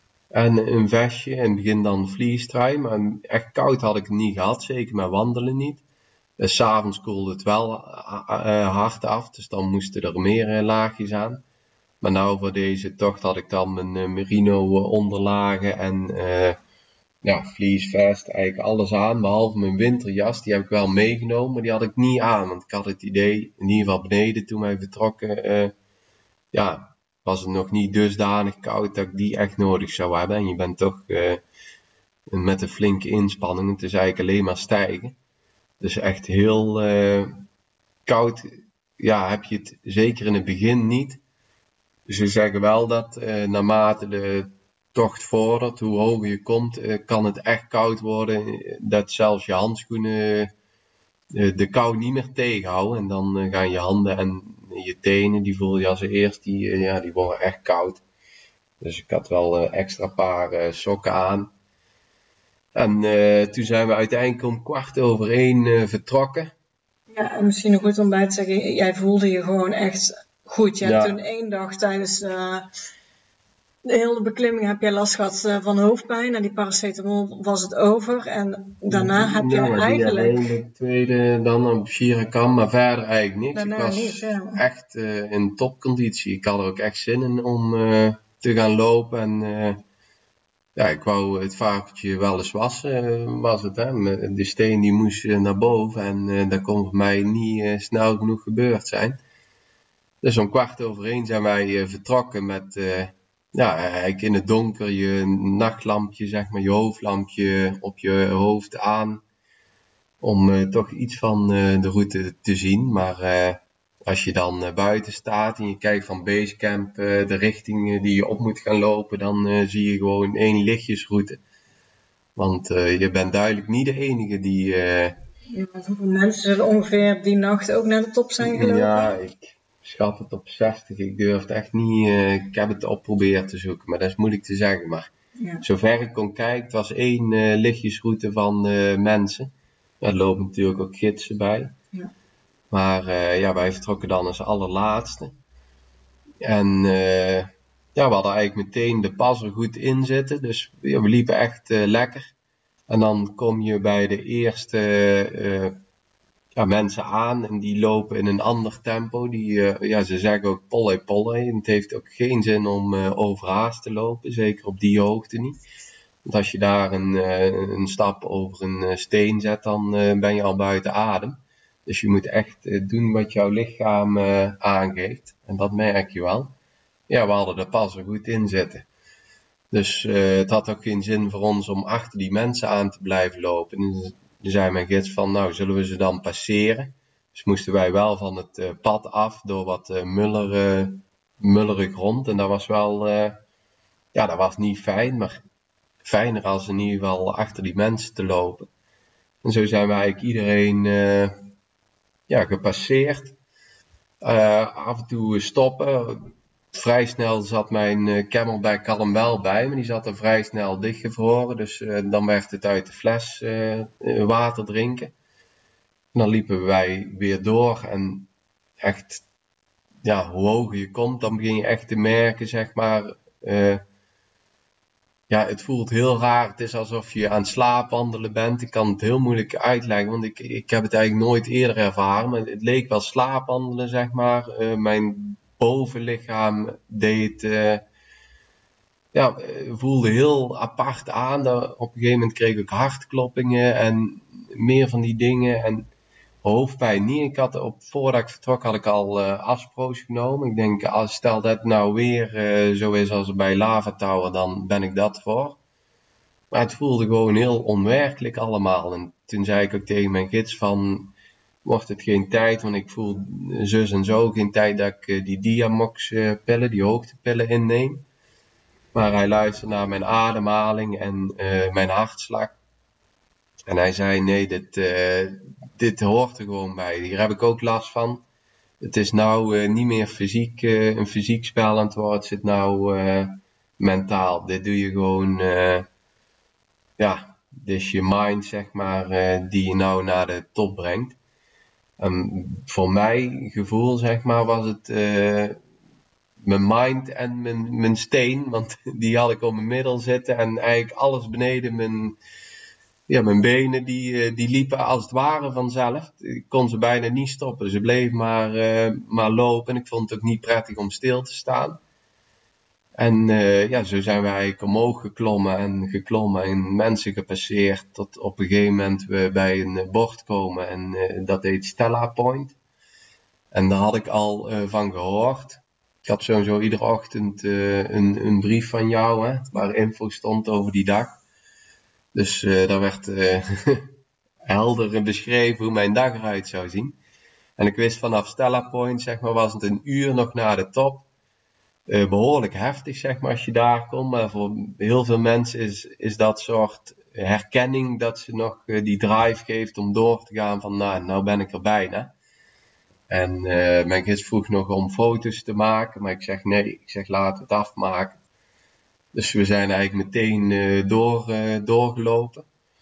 En een vestje. In het begin dan vliestrui. Maar echt koud had ik het niet gehad. Zeker met wandelen niet. Uh, 's avonds koelde het wel uh, uh, hard af. Dus dan moesten er meer uh, laagjes aan. Maar nou voor deze tocht had ik dan mijn uh, merino uh, onderlagen. En uh, ja, vliesvest. Eigenlijk alles aan. Behalve mijn winterjas. Die heb ik wel meegenomen. Maar die had ik niet aan. Want ik had het idee. In ieder geval beneden toen wij vertrokken. Uh, ja, was het nog niet dusdanig koud dat ik die echt nodig zou hebben. En je bent toch uh, met een flinke inspanning. Het is eigenlijk alleen maar stijgen. Dus echt heel uh, koud. Ja, heb je het zeker in het begin niet. Ze zeggen wel dat uh, naarmate de tocht vordert, hoe hoger je komt, uh, kan het echt koud worden. Dat zelfs je handschoenen uh, de kou niet meer tegenhouden. En dan uh, gaan je handen en je tenen, die voel je als eerst, die, uh, ja, die worden echt koud. Dus ik had wel een uh, extra paar uh, sokken aan. En uh, toen zijn we uiteindelijk om kwart over één uh, vertrokken. Ja, en misschien nog goed om bij te zeggen, jij voelde je gewoon echt goed. Je ja. hebt toen één dag tijdens uh, de hele beklimming heb jij last gehad uh, van hoofdpijn. En die paracetamol was het over. En daarna heb je ja, eigenlijk... Ja, de tweede dan op Shirakan, maar verder eigenlijk niks. Daarna ik was niet, ja. echt uh, in topconditie. Ik had er ook echt zin in om uh, te gaan lopen. En uh, ja, ik wou het vakertje wel eens wassen, uh, was het. Hè? De steen die moest uh, naar boven. En uh, dat kon voor mij niet uh, snel genoeg gebeurd zijn. Dus om kwart over één zijn wij uh, vertrokken met, uh, ja, eigenlijk in het donker je nachtlampje, zeg maar, je hoofdlampje op je hoofd aan. om uh, toch iets van uh, de route te zien. Maar uh, als je dan uh, buiten staat en je kijkt van Basecamp uh, de richting die je op moet gaan lopen, dan uh, zie je gewoon één lichtjesroute. Want uh, je bent duidelijk niet de enige die... Uh, ja, hoeveel mensen zullen ongeveer die nacht ook naar de top zijn gelopen? Ja, ik schat het op zestig. Ik durf het echt niet... Uh, ik heb het op proberen te zoeken, maar dat is moeilijk te zeggen. Maar ja. Zover ik kon kijken, het was één uh, lichtjesroute van uh, mensen. Er lopen natuurlijk ook gidsen bij. Ja. Maar uh, ja, wij vertrokken dan als allerlaatste. En uh, ja, we hadden eigenlijk meteen de pas er goed in zitten. Dus ja, we liepen echt uh, lekker. En dan kom je bij de eerste uh, ja, mensen aan en die lopen in een ander tempo. Die, uh, ja, ze zeggen ook polle polle. En het heeft ook geen zin om uh, overhaast te lopen, zeker op die hoogte niet. Want als je daar een, uh, een stap over een uh, steen zet, dan uh, ben je al buiten adem. Dus je moet echt uh, doen wat jouw lichaam uh, aangeeft. En dat merk je wel. Ja, we hadden er pas er goed in zitten. Dus uh, het had ook geen zin voor ons om achter die mensen aan te blijven lopen. En toen zei mijn gids van, nou, zullen we ze dan passeren? Dus moesten wij wel van het uh, pad af door wat uh, muller, uh, mullerig grond. En dat was wel, uh, ja, dat was niet fijn, maar fijner als in ieder geval achter die mensen te lopen. En zo zijn we eigenlijk iedereen uh, ja, gepasseerd. Uh, af en toe stoppen. Vrij snel zat mijn uh, Camelback had hem wel bij, maar die zat er vrij snel dichtgevroren. Dus uh, dan werd het uit de fles uh, uh, water drinken. En dan liepen wij weer door en echt, ja, hoe hoger je komt, dan begin je echt te merken, zeg maar, uh, ja, het voelt heel raar. Het is alsof je aan het slaapwandelen bent. Ik kan het heel moeilijk uitleggen, want ik, ik heb het eigenlijk nooit eerder ervaren. Maar het leek wel slaapwandelen, zeg maar. Uh, mijn bovenlichaam deed het, uh, ja, voelde heel apart aan. Op een gegeven moment kreeg ik hartkloppingen en meer van die dingen. En hoofdpijn niet. Ik had op, voordat ik vertrok had ik al uh, afsproos genomen. Ik denk, als stel dat het nou weer uh, zo is als bij Lava Tower, dan ben ik dat voor. Maar het voelde gewoon heel onwerkelijk allemaal. En toen zei ik ook tegen mijn gids van, wordt het geen tijd, want ik voel zus en zo, geen tijd dat ik uh, die Diamox uh, pillen, die hoogtepillen inneem. Maar hij luisterde naar mijn ademhaling en uh, mijn hartslag. En hij zei, nee, dit, uh, dit hoort er gewoon bij. Hier heb ik ook last van. Het is nou uh, niet meer fysiek, uh, een fysiek spel aan het worden. Het zit nou uh, mentaal. Dit doe je gewoon, uh, ja, dit is je mind, zeg maar, uh, die je nou naar de top brengt. Um, voor mij gevoel, zeg maar, was het uh, mijn mind en mijn, mijn steen. Want die had ik op mijn middel zitten en eigenlijk alles beneden mijn... Ja, mijn benen die, die liepen als het ware vanzelf. Ik kon ze bijna niet stoppen. Ze bleven maar, uh, maar lopen. En ik vond het ook niet prettig om stil te staan. En uh, ja, zo zijn we eigenlijk omhoog geklommen en geklommen en mensen gepasseerd. Tot op een gegeven moment we bij een bord komen. En uh, dat heet Stella Point. En daar had ik al uh, van gehoord. Ik had sowieso iedere ochtend uh, een, een brief van jou, hè, waar info stond over die dag. Dus uh, daar werd uh, helder beschreven hoe mijn dag eruit zou zien. En ik wist vanaf Stella Point, zeg maar, was het een uur nog naar de top. Uh, behoorlijk heftig, zeg maar, als je daar komt. Maar voor heel veel mensen is, is dat soort herkenning dat ze nog uh, die drive geeft om door te gaan van, nou, nou ben ik er bijna. En uh, mijn gids vroeg nog om foto's te maken, maar ik zeg nee, ik zeg laten we het afmaken. Dus we zijn eigenlijk meteen uh, door, uh, doorgelopen.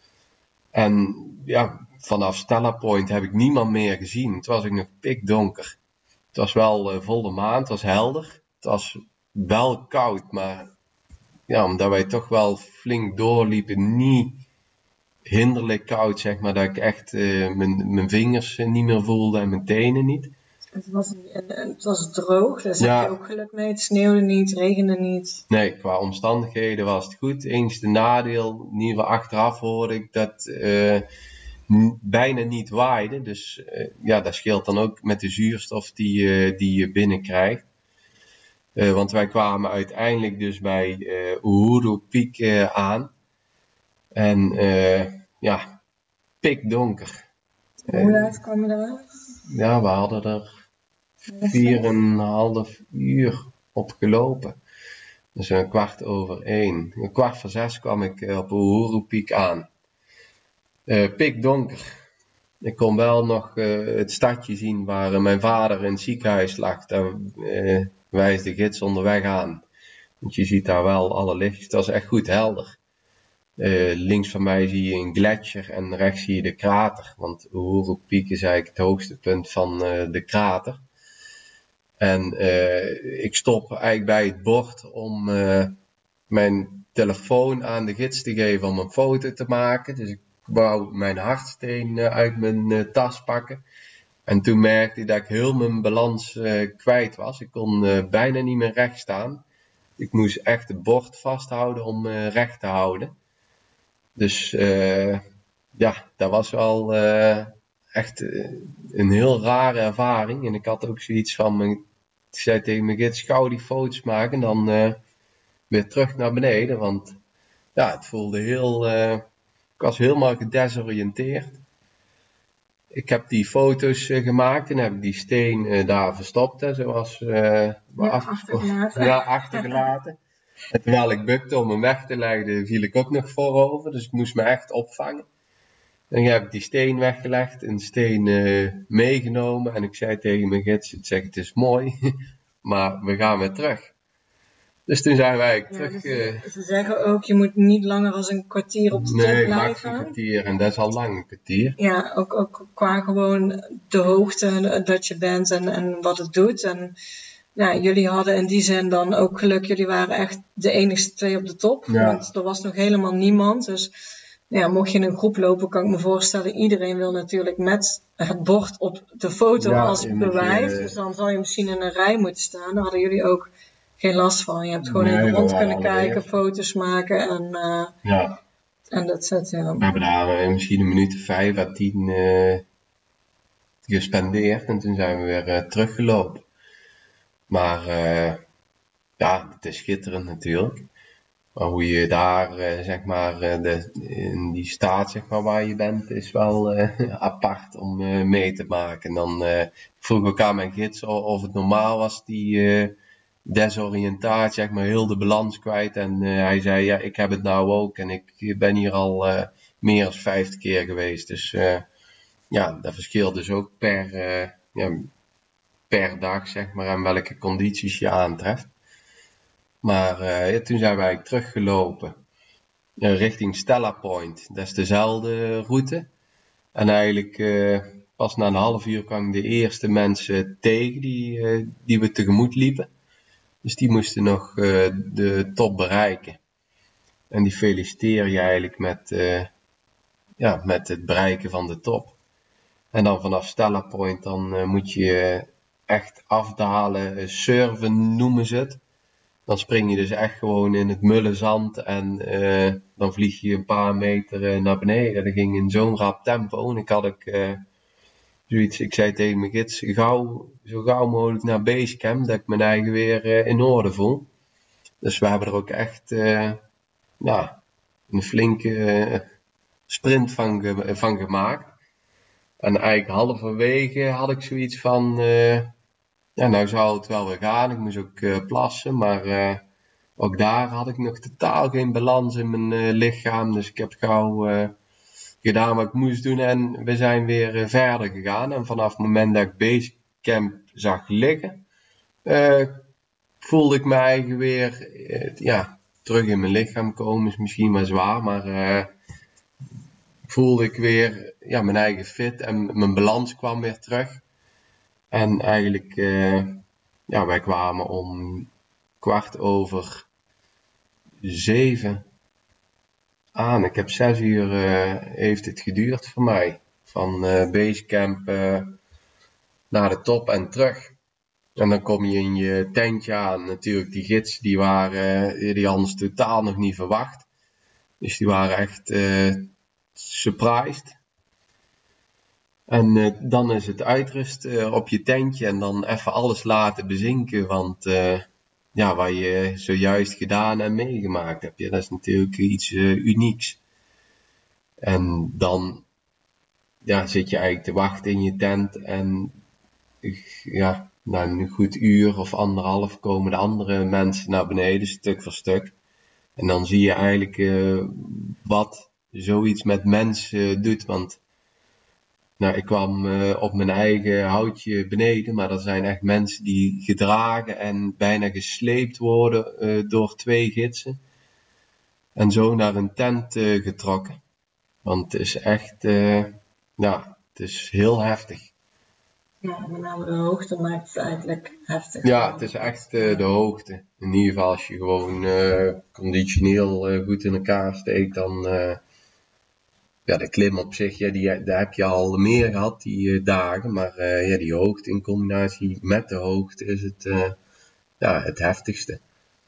En ja, vanaf Stella Point heb ik niemand meer gezien. Het was ook nog pikdonker. Het was wel uh, volle maan, het was helder. Het was wel koud, maar ja, omdat wij toch wel flink doorliepen, niet hinderlijk koud, zeg maar, dat ik echt uh, mijn, mijn vingers uh, niet meer voelde en mijn tenen niet. Het was, het was droog, daar zat ja. je ook geluk mee. Het sneeuwde niet, het regende niet. Nee, qua omstandigheden was het goed. Enigste nadeel, in ieder geval achteraf hoorde ik dat uh, n- bijna niet waaide. Dus uh, ja, dat scheelt dan ook met de zuurstof die, uh, die je binnenkrijgt. Uh, want wij kwamen uiteindelijk dus bij uh, Uhuru Peak uh, aan. En uh, ja, pikdonker. Hoe laat kwam je eruit? Ja, we hadden er vier en een half uur op gelopen. Dus een kwart over één. Een kwart voor zes kwam ik uh, op Uhuru Peak aan. Uh, pikdonker. Ik kon wel nog uh, het stadje zien waar uh, mijn vader in het ziekenhuis lag. Daar uh, wijst de gids onderweg aan. Want je ziet daar wel alle lichtjes. Dat is echt goed helder. Uh, links van mij zie je een gletsjer en rechts zie je de krater. Want Uhuru Peak is eigenlijk het hoogste punt van uh, de krater. En uh, ik stop eigenlijk bij het bord om uh, mijn telefoon aan de gids te geven om een foto te maken. Dus ik wou mijn hardsteen uh, uit mijn uh, tas pakken. En toen merkte ik dat ik heel mijn balans uh, kwijt was. Ik kon uh, bijna niet meer recht staan. Ik moest echt het bord vasthouden om uh, recht te houden. Dus uh, ja, dat was wel uh, echt uh, een heel rare ervaring. En ik had ook zoiets van, mijn, ik zei tegen mijn gids, gauw die foto's maken en dan uh, weer terug naar beneden. Want ja, het voelde heel, uh, ik was helemaal gedesoriënteerd. Ik heb die foto's uh, gemaakt en heb ik die steen uh, daar verstopt, hè, zoals uh, ja, achtergelaten. Ja, achtergelaten. En terwijl ik bukte om hem weg te leggen, viel ik ook nog voorover. Dus ik moest me echt opvangen. En heb ik die steen weggelegd, een steen uh, meegenomen. En ik zei tegen mijn gids, ik zeg, het is mooi, maar we gaan weer terug. Dus toen zijn wij ja, terug. Dus uh, ze zeggen ook, je moet niet langer dan een kwartier op de top nee, blijven. max een kwartier. En dat is al lang een kwartier. Ja, ook, ook qua gewoon de hoogte dat je bent en, en wat het doet. En ja, jullie hadden in die zin dan ook geluk. Jullie waren echt de enigste twee op de top. Ja. Want er was nog helemaal niemand. Dus ja, mocht je in een groep lopen, kan ik me voorstellen. Iedereen wil natuurlijk met het bord op de foto Ja, als je moet, bewijs. uh, Dus dan zal je misschien in een rij moeten staan. Daar hadden jullie ook geen last van. Je hebt gewoon Nee, even we rond waren kunnen alle kijken, eerst. foto's maken en, uh, Ja, en dat soort ja. we hebben daar uh, misschien een minuut of vijf à tien uh, gespendeerd. En toen zijn we weer uh, teruggelopen. Maar uh, ja, het is schitterend natuurlijk. Maar hoe je daar, uh, zeg maar, uh, de, in die staat zeg maar, waar je bent, is wel uh, apart om uh, mee te maken. En dan uh, vroeg ik ook aan mijn gids of het normaal was, die uh, desoriëntatie, zeg maar, heel de balans kwijt. En uh, hij zei, ja, ik heb het nou ook. En ik ben hier al uh, meer dan vijftig keer geweest. Dus uh, ja, dat verschilt dus ook per, uh, ja, per dag, zeg maar, en welke condities je aantreft. Maar uh, ja, toen zijn wij teruggelopen uh, richting Stella Point. Dat is dezelfde route. En eigenlijk uh, pas na een half uur kwam de eerste mensen tegen die, uh, die we tegemoet liepen. Dus die moesten nog uh, de top bereiken. En die feliciteer je eigenlijk met, uh, ja, met het bereiken van de top. En dan vanaf Stella Point dan uh, moet je uh, echt afdalen, uh, surfen noemen ze het. Dan spring je dus echt gewoon in het mulle zand en uh, dan vlieg je een paar meter uh, naar beneden. Dat ging in zo'n rap tempo. En ik had ook uh, zoiets, ik zei tegen mijn gids, gauw, zo gauw mogelijk naar Basecamp, dat ik mijn eigen weer uh, in orde voel. Dus we hebben er ook echt uh, nou, een flinke uh, sprint van, ge- van gemaakt. En eigenlijk halverwege had ik zoiets van... Uh, Ja, nou zou het wel weer gaan. Ik moest ook uh, plassen, maar uh, ook daar had ik nog totaal geen balans in mijn uh, lichaam. Dus ik heb gauw uh, gedaan wat ik moest doen en we zijn weer uh, verder gegaan. En vanaf het moment dat ik Basecamp zag liggen, uh, voelde ik me eigenlijk weer uh, ja, terug in mijn lichaam komen. Is misschien wel zwaar, maar uh, voelde ik weer ja, mijn eigen fit en mijn balans kwam weer terug. En eigenlijk, uh, ja, wij kwamen om kwart over zeven aan. Ik heb zes uur, uh, heeft het geduurd voor mij. Van uh, Basecamp uh, naar de top en terug. En dan kom je in je tentje aan. Natuurlijk, die gids, die waren, uh, die hadden ze totaal nog niet verwacht. Dus die waren echt uh, surprised. En uh, dan is het uitrust uh, op je tentje en dan even alles laten bezinken. Want uh, ja, wat je zojuist gedaan en meegemaakt hebt, ja, dat is natuurlijk iets uh, unieks. En dan ja, zit je eigenlijk te wachten in je tent en ja, na een goed uur of anderhalf komen de andere mensen naar beneden, stuk voor stuk. En dan zie je eigenlijk uh, wat zoiets met mensen doet. Want nou, ik kwam uh, op mijn eigen houtje beneden, maar er zijn echt mensen die gedragen en bijna gesleept worden uh, door twee gidsen. En zo naar een tent uh, getrokken. Want het is echt, uh, ja, het is heel heftig. Ja, met name de hoogte maakt het eigenlijk heftig. Ja, het is echt uh, de hoogte. In ieder geval als je gewoon uh, conditioneel uh, goed in elkaar steekt, dan uh, ja, de klim op zich, ja, die, daar heb je al meer gehad die uh, dagen. Maar uh, ja, die hoogte in combinatie met de hoogte is het, uh, ja, het heftigste.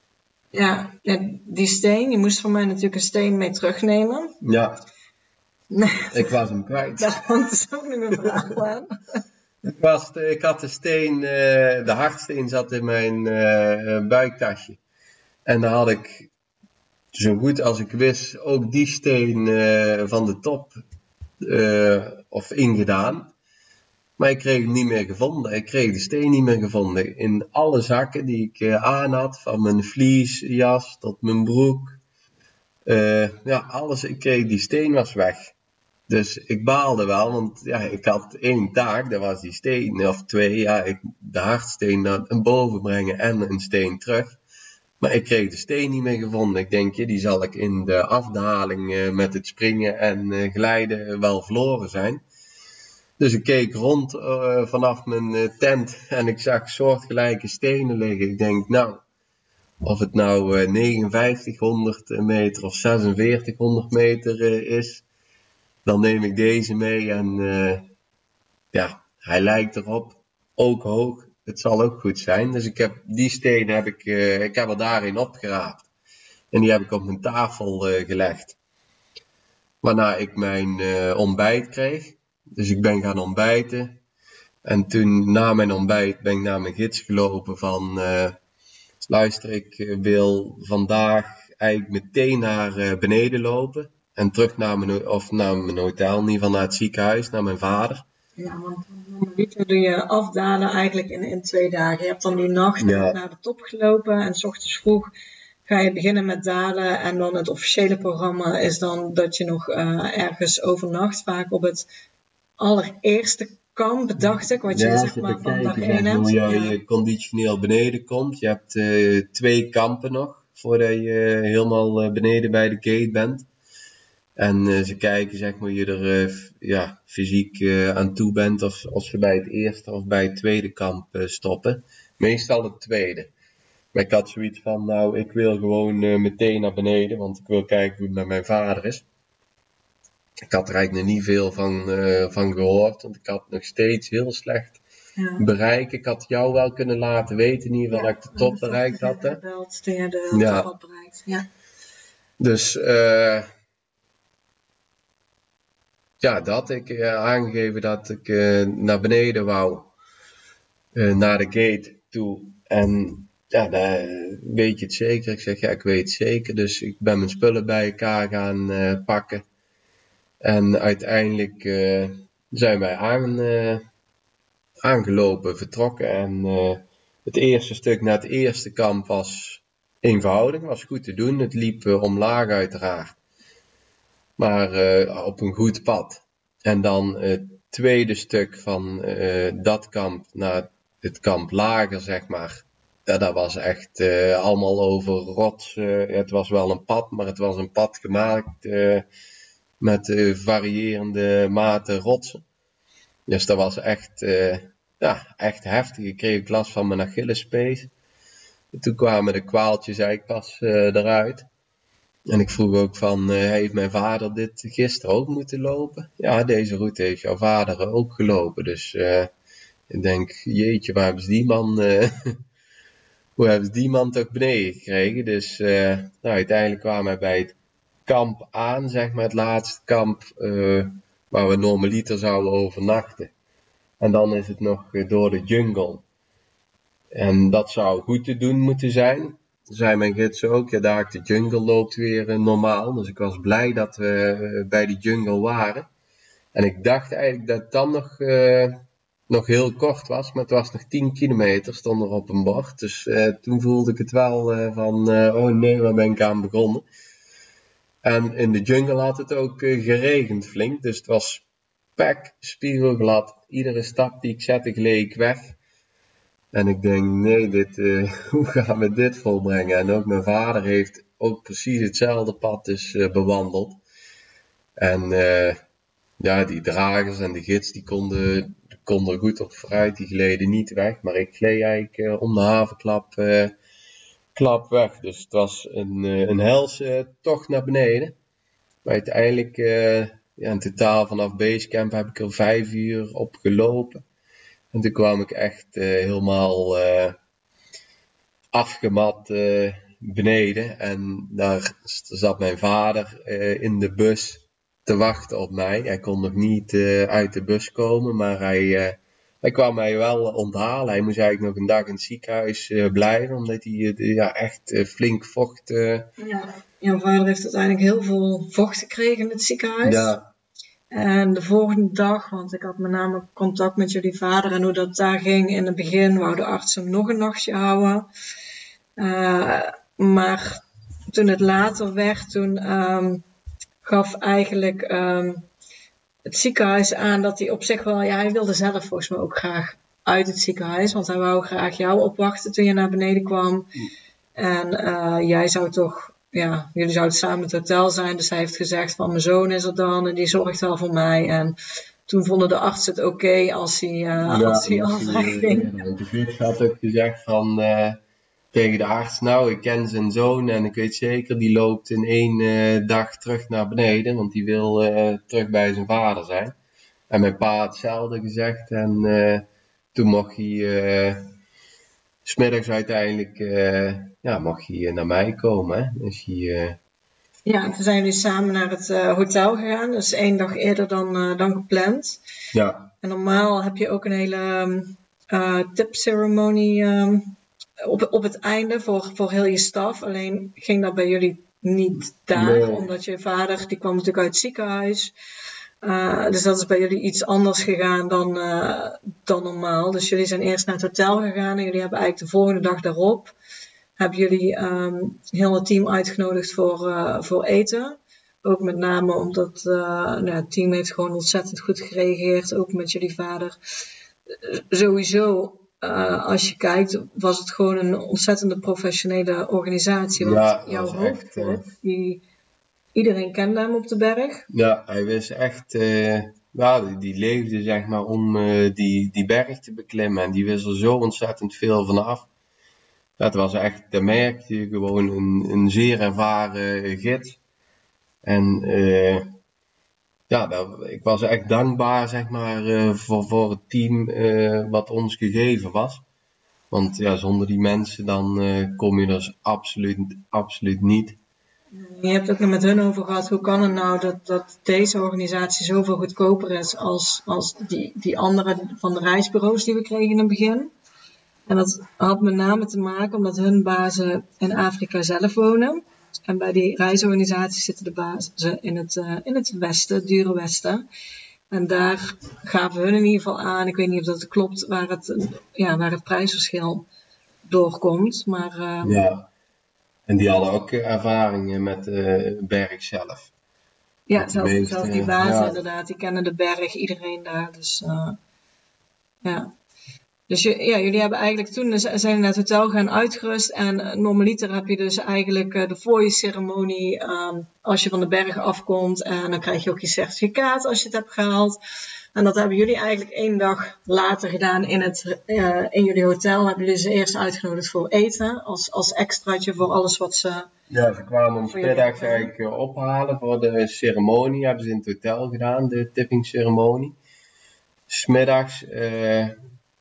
Ja, ja, die steen, je moest van mij natuurlijk een steen mee terugnemen. Ja, Nee. Ik was hem kwijt. Daar komt dus ook nog een vraag aan. Ik, was de, ik had de steen, uh, de hardsteen zat in mijn uh, buiktasje. En daar had ik zo goed als ik wist ook die steen uh, van de top uh, of ingedaan. Maar ik kreeg hem niet meer gevonden. Ik kreeg de steen niet meer gevonden. In alle zakken die ik uh, aan had, van mijn vliesjas tot mijn broek. Uh, ja, alles. Ik kreeg die steen was weg. Dus ik baalde wel, want ja, ik had één taak, dat was die steen, of twee, ja, ik, de hardsteen naar boven brengen en een steen terug. Maar ik kreeg de steen niet meer gevonden. Ik denk, je, die zal ik in de afdaling uh, met het springen en uh, glijden wel verloren zijn. Dus ik keek rond uh, vanaf mijn uh, tent en ik zag soortgelijke stenen liggen. Ik denk, nou, of het nou uh, negenenvijftighonderd meter of zesenveertighonderd meter uh, is, dan neem ik deze mee en uh, ja, hij lijkt erop, ook hoog. Het zal ook goed zijn. Dus ik heb die steen heb ik, uh, ik heb er daarin opgeraapt. En die heb ik op mijn tafel uh, gelegd. Waarna ik mijn uh, ontbijt kreeg. Dus ik ben gaan ontbijten. En toen na mijn ontbijt ben ik naar mijn gids gelopen van... Uh, luister, ik wil vandaag eigenlijk meteen naar uh, beneden lopen. En terug naar mijn, of naar mijn hotel, in ieder geval naar het ziekenhuis, naar mijn vader. Ja, want normaliter doe je afdalen eigenlijk in, in twee dagen. Je hebt dan die nacht ja. naar de top gelopen en 's ochtends vroeg ga je beginnen met dalen. En dan het officiële programma is dan dat je nog uh, ergens overnacht, vaak op het allereerste kamp, dacht ik. Wat je ja, zeg maar van dag één hebt. Hoe je, ja. je conditioneel beneden komt. Je hebt uh, twee kampen nog, voordat je uh, helemaal uh, beneden bij de gate bent. En uh, ze kijken zeg maar je er uh, ja, fysiek uh, aan toe bent of als ze bij het eerste of bij het tweede kamp uh, stoppen. Meestal het tweede. Maar ik had zoiets van, nou ik wil gewoon uh, meteen naar beneden, want ik wil kijken hoe het met mijn vader is. Ik had er eigenlijk nog niet veel van, uh, van gehoord, want ik had nog steeds heel slecht ja. bereik. Ik had jou wel kunnen laten weten in ieder geval ja, dat ik de top bereikt had. Hè? Gebeld, toen je de ja. top had bereikt. Ja. Dus... Uh, Ja, dat had ik uh, aangegeven dat ik uh, naar beneden wou, uh, naar de gate toe. En ja, daar weet je het zeker. Ik zeg, ja, ik weet het zeker. Dus ik ben mijn spullen bij elkaar gaan uh, pakken. En uiteindelijk uh, zijn wij aan, uh, aangelopen, vertrokken. En uh, het eerste stuk naar het eerste kamp was eenvoudig, was goed te doen. Het liep uh, omlaag uiteraard. Maar uh, op een goed pad. En dan het tweede stuk van uh, dat kamp naar het kamp lager, zeg maar. Ja, dat was echt uh, allemaal over rots. Uh, het was wel een pad, maar het was een pad gemaakt uh, met uh, variërende maten rotsen. Dus dat was echt, uh, ja, echt heftig. Ik kreeg last van mijn Achillespees. Toen kwamen de kwaaltjes eigenlijk pas uh, eruit. En ik vroeg ook van, uh, heeft mijn vader dit gisteren ook moeten lopen? Ja, deze route heeft jouw vader ook gelopen. Dus uh, ik denk, jeetje, waar hebben ze die man, uh, hoe hebben ze die man toch beneden gekregen? Dus uh, nou, uiteindelijk kwamen wij bij het kamp aan, zeg maar, het laatste kamp uh, waar we normaliter zouden overnachten. En dan is het nog uh, door de jungle. En dat zou goed te doen moeten zijn. Zei mijn gids ook, ja, daar de jungle loopt weer uh, normaal. Dus ik was blij dat we uh, bij die jungle waren. En ik dacht eigenlijk dat het dan nog, uh, nog heel kort was, maar het was nog tien kilometer, stond er op een bord. Dus uh, toen voelde ik het wel uh, van, uh, oh nee, waar ben ik aan begonnen? En in de jungle had het ook uh, geregend flink, dus het was pek, spiegelglad. Iedere stap die ik zette gleed ik weg. En ik denk, nee, dit, uh, hoe gaan we dit volbrengen? En ook mijn vader heeft ook precies hetzelfde pad dus uh, bewandeld. En uh, ja, die dragers en de gids, die konden, konden er goed op vooruit. Die gleden niet weg, maar ik gleed eigenlijk uh, om de havenklap uh, klap weg. Dus het was een, uh, een helse tocht naar beneden. Maar uiteindelijk, uh, ja, in totaal vanaf Basecamp heb ik er vijf uur op gelopen. En toen kwam ik echt uh, helemaal uh, afgemat uh, beneden. En daar zat mijn vader uh, in de bus te wachten op mij. Hij kon nog niet uh, uit de bus komen, maar hij, uh, hij kwam mij wel onthalen. Hij moest eigenlijk nog een dag in het ziekenhuis uh, blijven, omdat hij uh, ja, echt uh, flink vocht... Uh... Ja, jouw vader heeft uiteindelijk heel veel vocht gekregen in het ziekenhuis. Ja. En de volgende dag, want ik had met name contact met jullie vader en hoe dat daar ging. In het begin wou de arts hem nog een nachtje houden. Uh, maar toen het later werd, toen um, gaf eigenlijk um, het ziekenhuis aan dat hij op zich wel... Ja, hij wilde zelf volgens mij ook graag uit het ziekenhuis. Want hij wou graag jou opwachten toen je naar beneden kwam. Mm. En uh, jij zou toch... Ja, jullie zouden samen in het hotel zijn. Dus hij heeft gezegd van mijn zoon is er dan en die zorgt wel voor mij. En toen vonden de artsen het oké okay als hij, uh, ja, als hij al wegging. Want de gids had ook gezegd van, uh, tegen de arts, nou ik ken zijn zoon en ik weet zeker die loopt in één uh, dag terug naar beneden. Want die wil uh, terug bij zijn vader zijn. En mijn pa had hetzelfde gezegd en uh, toen mocht hij... Uh, 's middags uiteindelijk uh, ja, mag hij naar mij komen. Hè? Dus hij, uh... Ja, toen zijn jullie samen naar het uh, hotel gegaan. Dus één dag eerder dan, uh, dan gepland. Ja. En normaal heb je ook een hele uh, tipceremonie um, op, op het einde voor, voor heel je staf. Alleen ging dat bij jullie niet daar. Nee. Omdat je vader, die kwam natuurlijk uit het ziekenhuis. Uh, dus dat is bij jullie iets anders gegaan dan, uh, dan normaal. Dus jullie zijn eerst naar het hotel gegaan en jullie hebben eigenlijk de volgende dag daarop hebben jullie um, heel het team uitgenodigd voor, uh, voor eten. Ook met name omdat uh, nou, het team heeft gewoon ontzettend goed gereageerd, ook met jullie vader. Uh, sowieso, uh, als je kijkt, was het gewoon een ontzettende professionele organisatie. Want ja, jouw hoofdkop, die... Iedereen kende hem op de berg. Ja, hij was echt, uh, ja, die, die leefde zeg maar om uh, die, die berg te beklimmen. En die wist er zo ontzettend veel vanaf. Ja, het was echt, daar merkte je gewoon een, een zeer ervaren uh, gids. En uh, ja, dat, ik was echt dankbaar zeg maar uh, voor, voor het team uh, wat ons gegeven was. Want ja, zonder die mensen dan uh, kom je dus absoluut, absoluut niet. Je hebt ook nog met hun over gehad, hoe kan het nou dat, dat deze organisatie zoveel goedkoper is als, als die, die andere van de reisbureaus die we kregen in het begin. En dat had met name te maken omdat hun bazen in Afrika zelf wonen. En bij die reisorganisaties zitten de bazen in het, uh, in het westen, het dure westen. En daar gaven hun in ieder geval aan, ik weet niet of dat klopt, waar het, ja, waar het prijsverschil doorkomt. Maar, uh, ja. En die hadden ook ervaringen met de uh, berg zelf. Ja, zelfs, meeste, zelfs die bazen ja. Inderdaad, die kennen de berg, iedereen daar. Dus uh, ja. Dus je, ja, jullie hebben eigenlijk toen zijn naar het hotel gaan uitgerust. En uh, normaliter heb je dus eigenlijk uh, de voor je ceremonie, um, als je van de berg afkomt. En dan krijg je ook je certificaat als je het hebt gehaald. En dat hebben jullie eigenlijk één dag later gedaan in, het, uh, in jullie hotel. Hebben jullie ze eerst uitgenodigd voor eten. Als, als extraatje voor alles wat ze... Ja, ze kwamen ons middags eigenlijk uh, ophalen voor de ceremonie. Hebben ze in het hotel gedaan, de tipping ceremonie. 'S middags... Uh,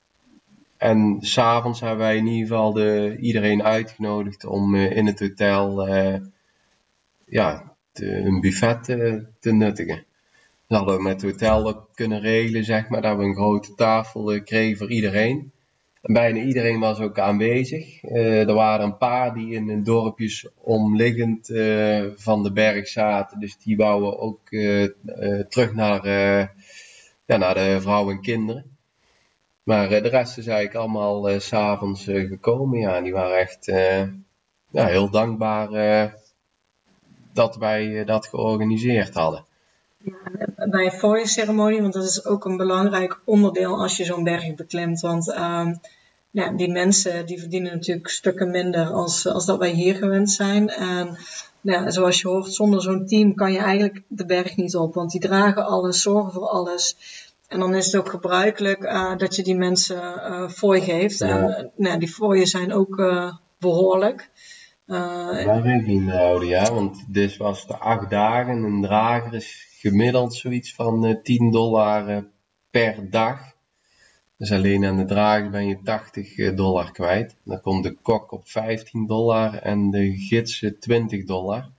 en 's avonds hebben wij in ieder geval de, iedereen uitgenodigd om uh, in het hotel uh, ja, te, een buffet uh, te nuttigen. Dat hadden we met het hotel ook kunnen regelen, zeg maar, dat we een grote tafel uh, kregen voor iedereen. En bijna iedereen was ook aanwezig. Uh, er waren een paar die in een dorpjes omliggend uh, van de berg zaten, dus die wouden ook uh, uh, terug naar, uh, ja, naar de vrouw en kinderen. Maar uh, de rest is eigenlijk allemaal uh, 's avonds uh, gekomen. Ja, die waren echt uh, ja, heel dankbaar uh, dat wij uh, dat georganiseerd hadden. Ja, bij een fooienceremonie, want dat is ook een belangrijk onderdeel als je zo'n berg beklimt. Want uh, ja, die mensen die verdienen natuurlijk stukken minder als, als dat wij hier gewend zijn. En ja, zoals je hoort, zonder zo'n team kan je eigenlijk de berg niet op. Want die dragen alles, zorgen voor alles. En dan is het ook gebruikelijk uh, dat je die mensen uh, fooi geeft. Ja. En uh, nou, die fooien zijn ook uh, behoorlijk. Uh, Waar rekening mee houden, ja. Want dit was de acht dagen. Een drager is gemiddeld zoiets van uh, tien dollar uh, per dag. Dus alleen aan de drager ben je tachtig dollar kwijt. Dan komt de kok op vijftien dollar en de gidsen twintig dollar.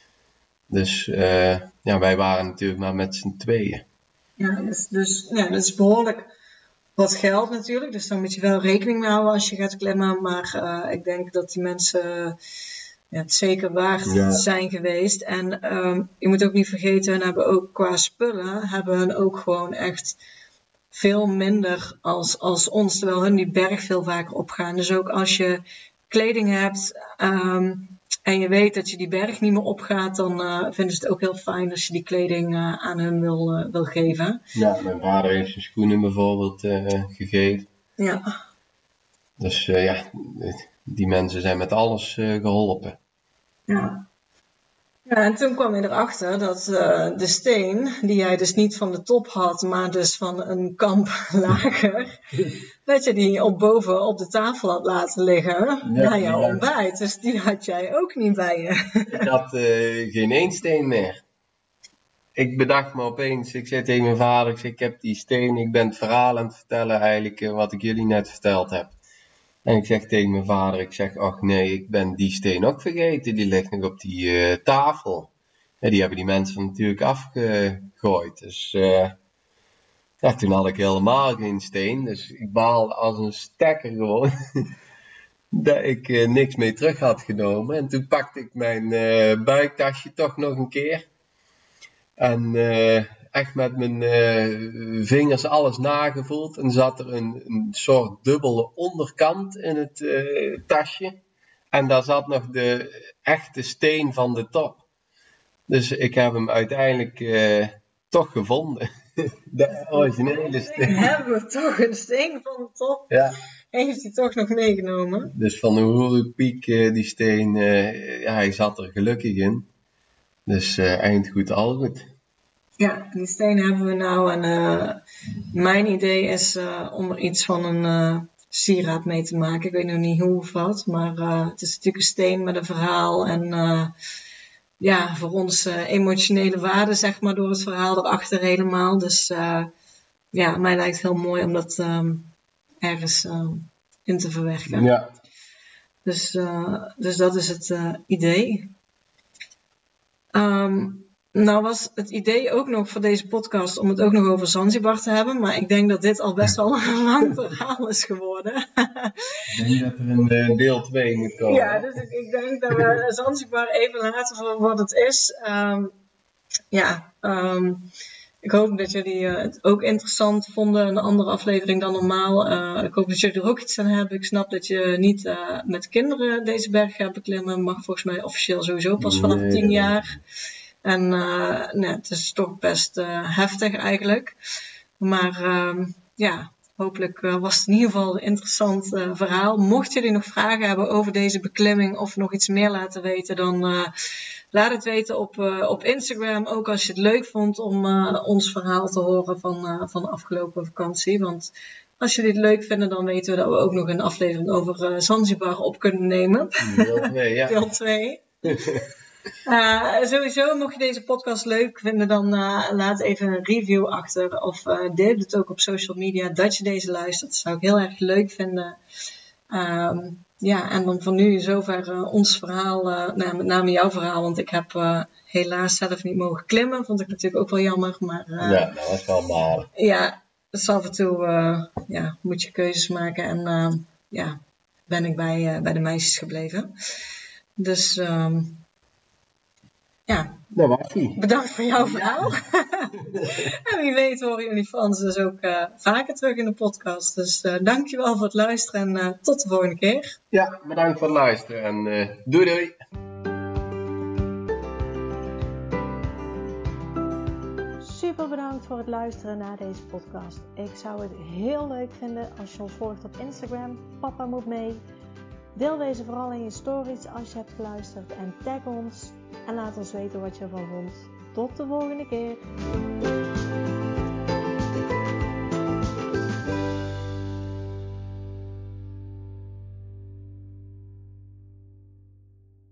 Dus uh, ja, wij waren natuurlijk maar met z'n tweeën. Ja, dus, dus ja, dat is behoorlijk wat geld natuurlijk. Dus daar moet je wel rekening mee houden als je gaat klimmen. Maar uh, ik denk dat die mensen ja, het zeker waard ja. zijn geweest. En um, je moet ook niet vergeten, hun hebben ook qua spullen, hebben hun ook gewoon echt veel minder als, als ons. Terwijl hun die berg veel vaker opgaan. Dus ook als je kleding hebt um, en je weet dat je die berg niet meer opgaat, dan uh, vinden ze het ook heel fijn als je die kleding uh, aan hun wil, uh, wil geven. Ja, mijn vader heeft zijn schoenen bijvoorbeeld uh, gegeven. Ja. Dus uh, ja, die mensen zijn met alles uh, geholpen. Ja. Ja, en toen kwam je erachter dat uh, de steen, die jij dus niet van de top had, maar dus van een kamp lager, dat je die op boven op de tafel had laten liggen ja, na jouw ja. ontbijt. Dus die had jij ook niet bij je. Ik had uh, geen één steen meer. Ik bedacht me opeens, ik zei tegen mijn vader, ik, zei, ik heb die steen, ik ben het verhaal aan het vertellen eigenlijk, uh, wat ik jullie net verteld heb. En ik zeg tegen mijn vader, ik zeg, ach nee, ik ben die steen ook vergeten. Die ligt nog op die uh, tafel. Ja, die hebben die mensen natuurlijk afgegooid. Dus uh, ja, toen had ik helemaal geen steen. Dus ik baal als een stekker gewoon dat ik uh, niks mee terug had genomen. En toen pakte ik mijn uh, buiktasje toch nog een keer. En uh, echt met mijn uh, vingers alles nagevoeld. En zat er een, een soort dubbele onderkant in het uh, tasje. En daar zat nog de echte steen van de top. Dus ik heb hem uiteindelijk uh, toch gevonden. De originele steen. Hebben we toch een steen van de top? Ja. Heeft hij toch nog meegenomen? Dus van de Hoerenpiek, uh, die steen, uh, ja, hij zat er gelukkig in. Dus uh, eind goed, al goed. Ja, die steen hebben we nou. En uh, mijn idee is uh, om er iets van een uh, sieraad mee te maken. Ik weet nog niet hoe of wat. Maar uh, het is natuurlijk een steen met een verhaal. En uh, ja, voor ons uh, emotionele waarde, zeg maar, door het verhaal erachter helemaal. Dus uh, ja, mij lijkt het heel mooi om dat um, ergens uh, in te verwerken. Ja. Dus, uh, dus dat is het uh, idee. Um, Nou was het idee ook nog voor deze podcast om het ook nog over Zanzibar te hebben. Maar ik denk dat dit al best wel een lang verhaal is geworden. Ik denk dat er een uh, deel twee moet komen. Ja, dus ik, ik denk dat we Zanzibar even laten voor wat het is. Um, ja, um, ik hoop dat jullie uh, het ook interessant vonden. Een andere aflevering dan normaal. Uh, ik hoop dat jullie er ook iets aan hebben. Ik snap dat je niet uh, met kinderen deze berg gaat beklimmen. Mag volgens mij officieel sowieso pas vanaf nee, tien jaar. En uh, nee, het is toch best uh, heftig eigenlijk. Maar uh, ja, hopelijk uh, was het in ieder geval een interessant uh, verhaal. Mochten jullie nog vragen hebben over deze beklimming of nog iets meer laten weten, dan uh, laat het weten op, uh, op Instagram. Ook als je het leuk vond om uh, ons verhaal te horen van, uh, van de afgelopen vakantie. Want als jullie het leuk vinden, dan weten we dat we ook nog een aflevering over uh, Zanzibar op kunnen nemen. Deel twee, ja. Deel twee. Uh, sowieso, mocht je deze podcast leuk vinden, dan uh, laat even een review achter. Of uh, deel het ook op social media dat je deze luistert. Dat zou ik heel erg leuk vinden. Um, ja, en dan voor nu zover uh, ons verhaal, uh, nou, met name jouw verhaal. Want ik heb uh, helaas zelf niet mogen klimmen. Vond ik natuurlijk ook wel jammer. Maar, uh, ja, dat was wel balen. Ja, dus af en toe uh, ja, moet je keuzes maken. En uh, ja, ben ik bij, uh, bij de meisjes gebleven. Dus... Um, Ja, Dat was hij. Bedankt voor jouw verhaal. En wie weet horen jullie Frans dus ook uh, vaker terug in de podcast. Dus uh, dankjewel voor het luisteren en uh, tot de volgende keer. Ja, bedankt voor het luisteren en uh, doei doei. Super bedankt voor het luisteren naar deze podcast. Ik zou het heel leuk vinden als je ons volgt op Instagram. Papa moet mee. Deel deze vooral in je stories als je hebt geluisterd en tag ons. En laat ons weten wat je ervan vond. Tot de volgende keer.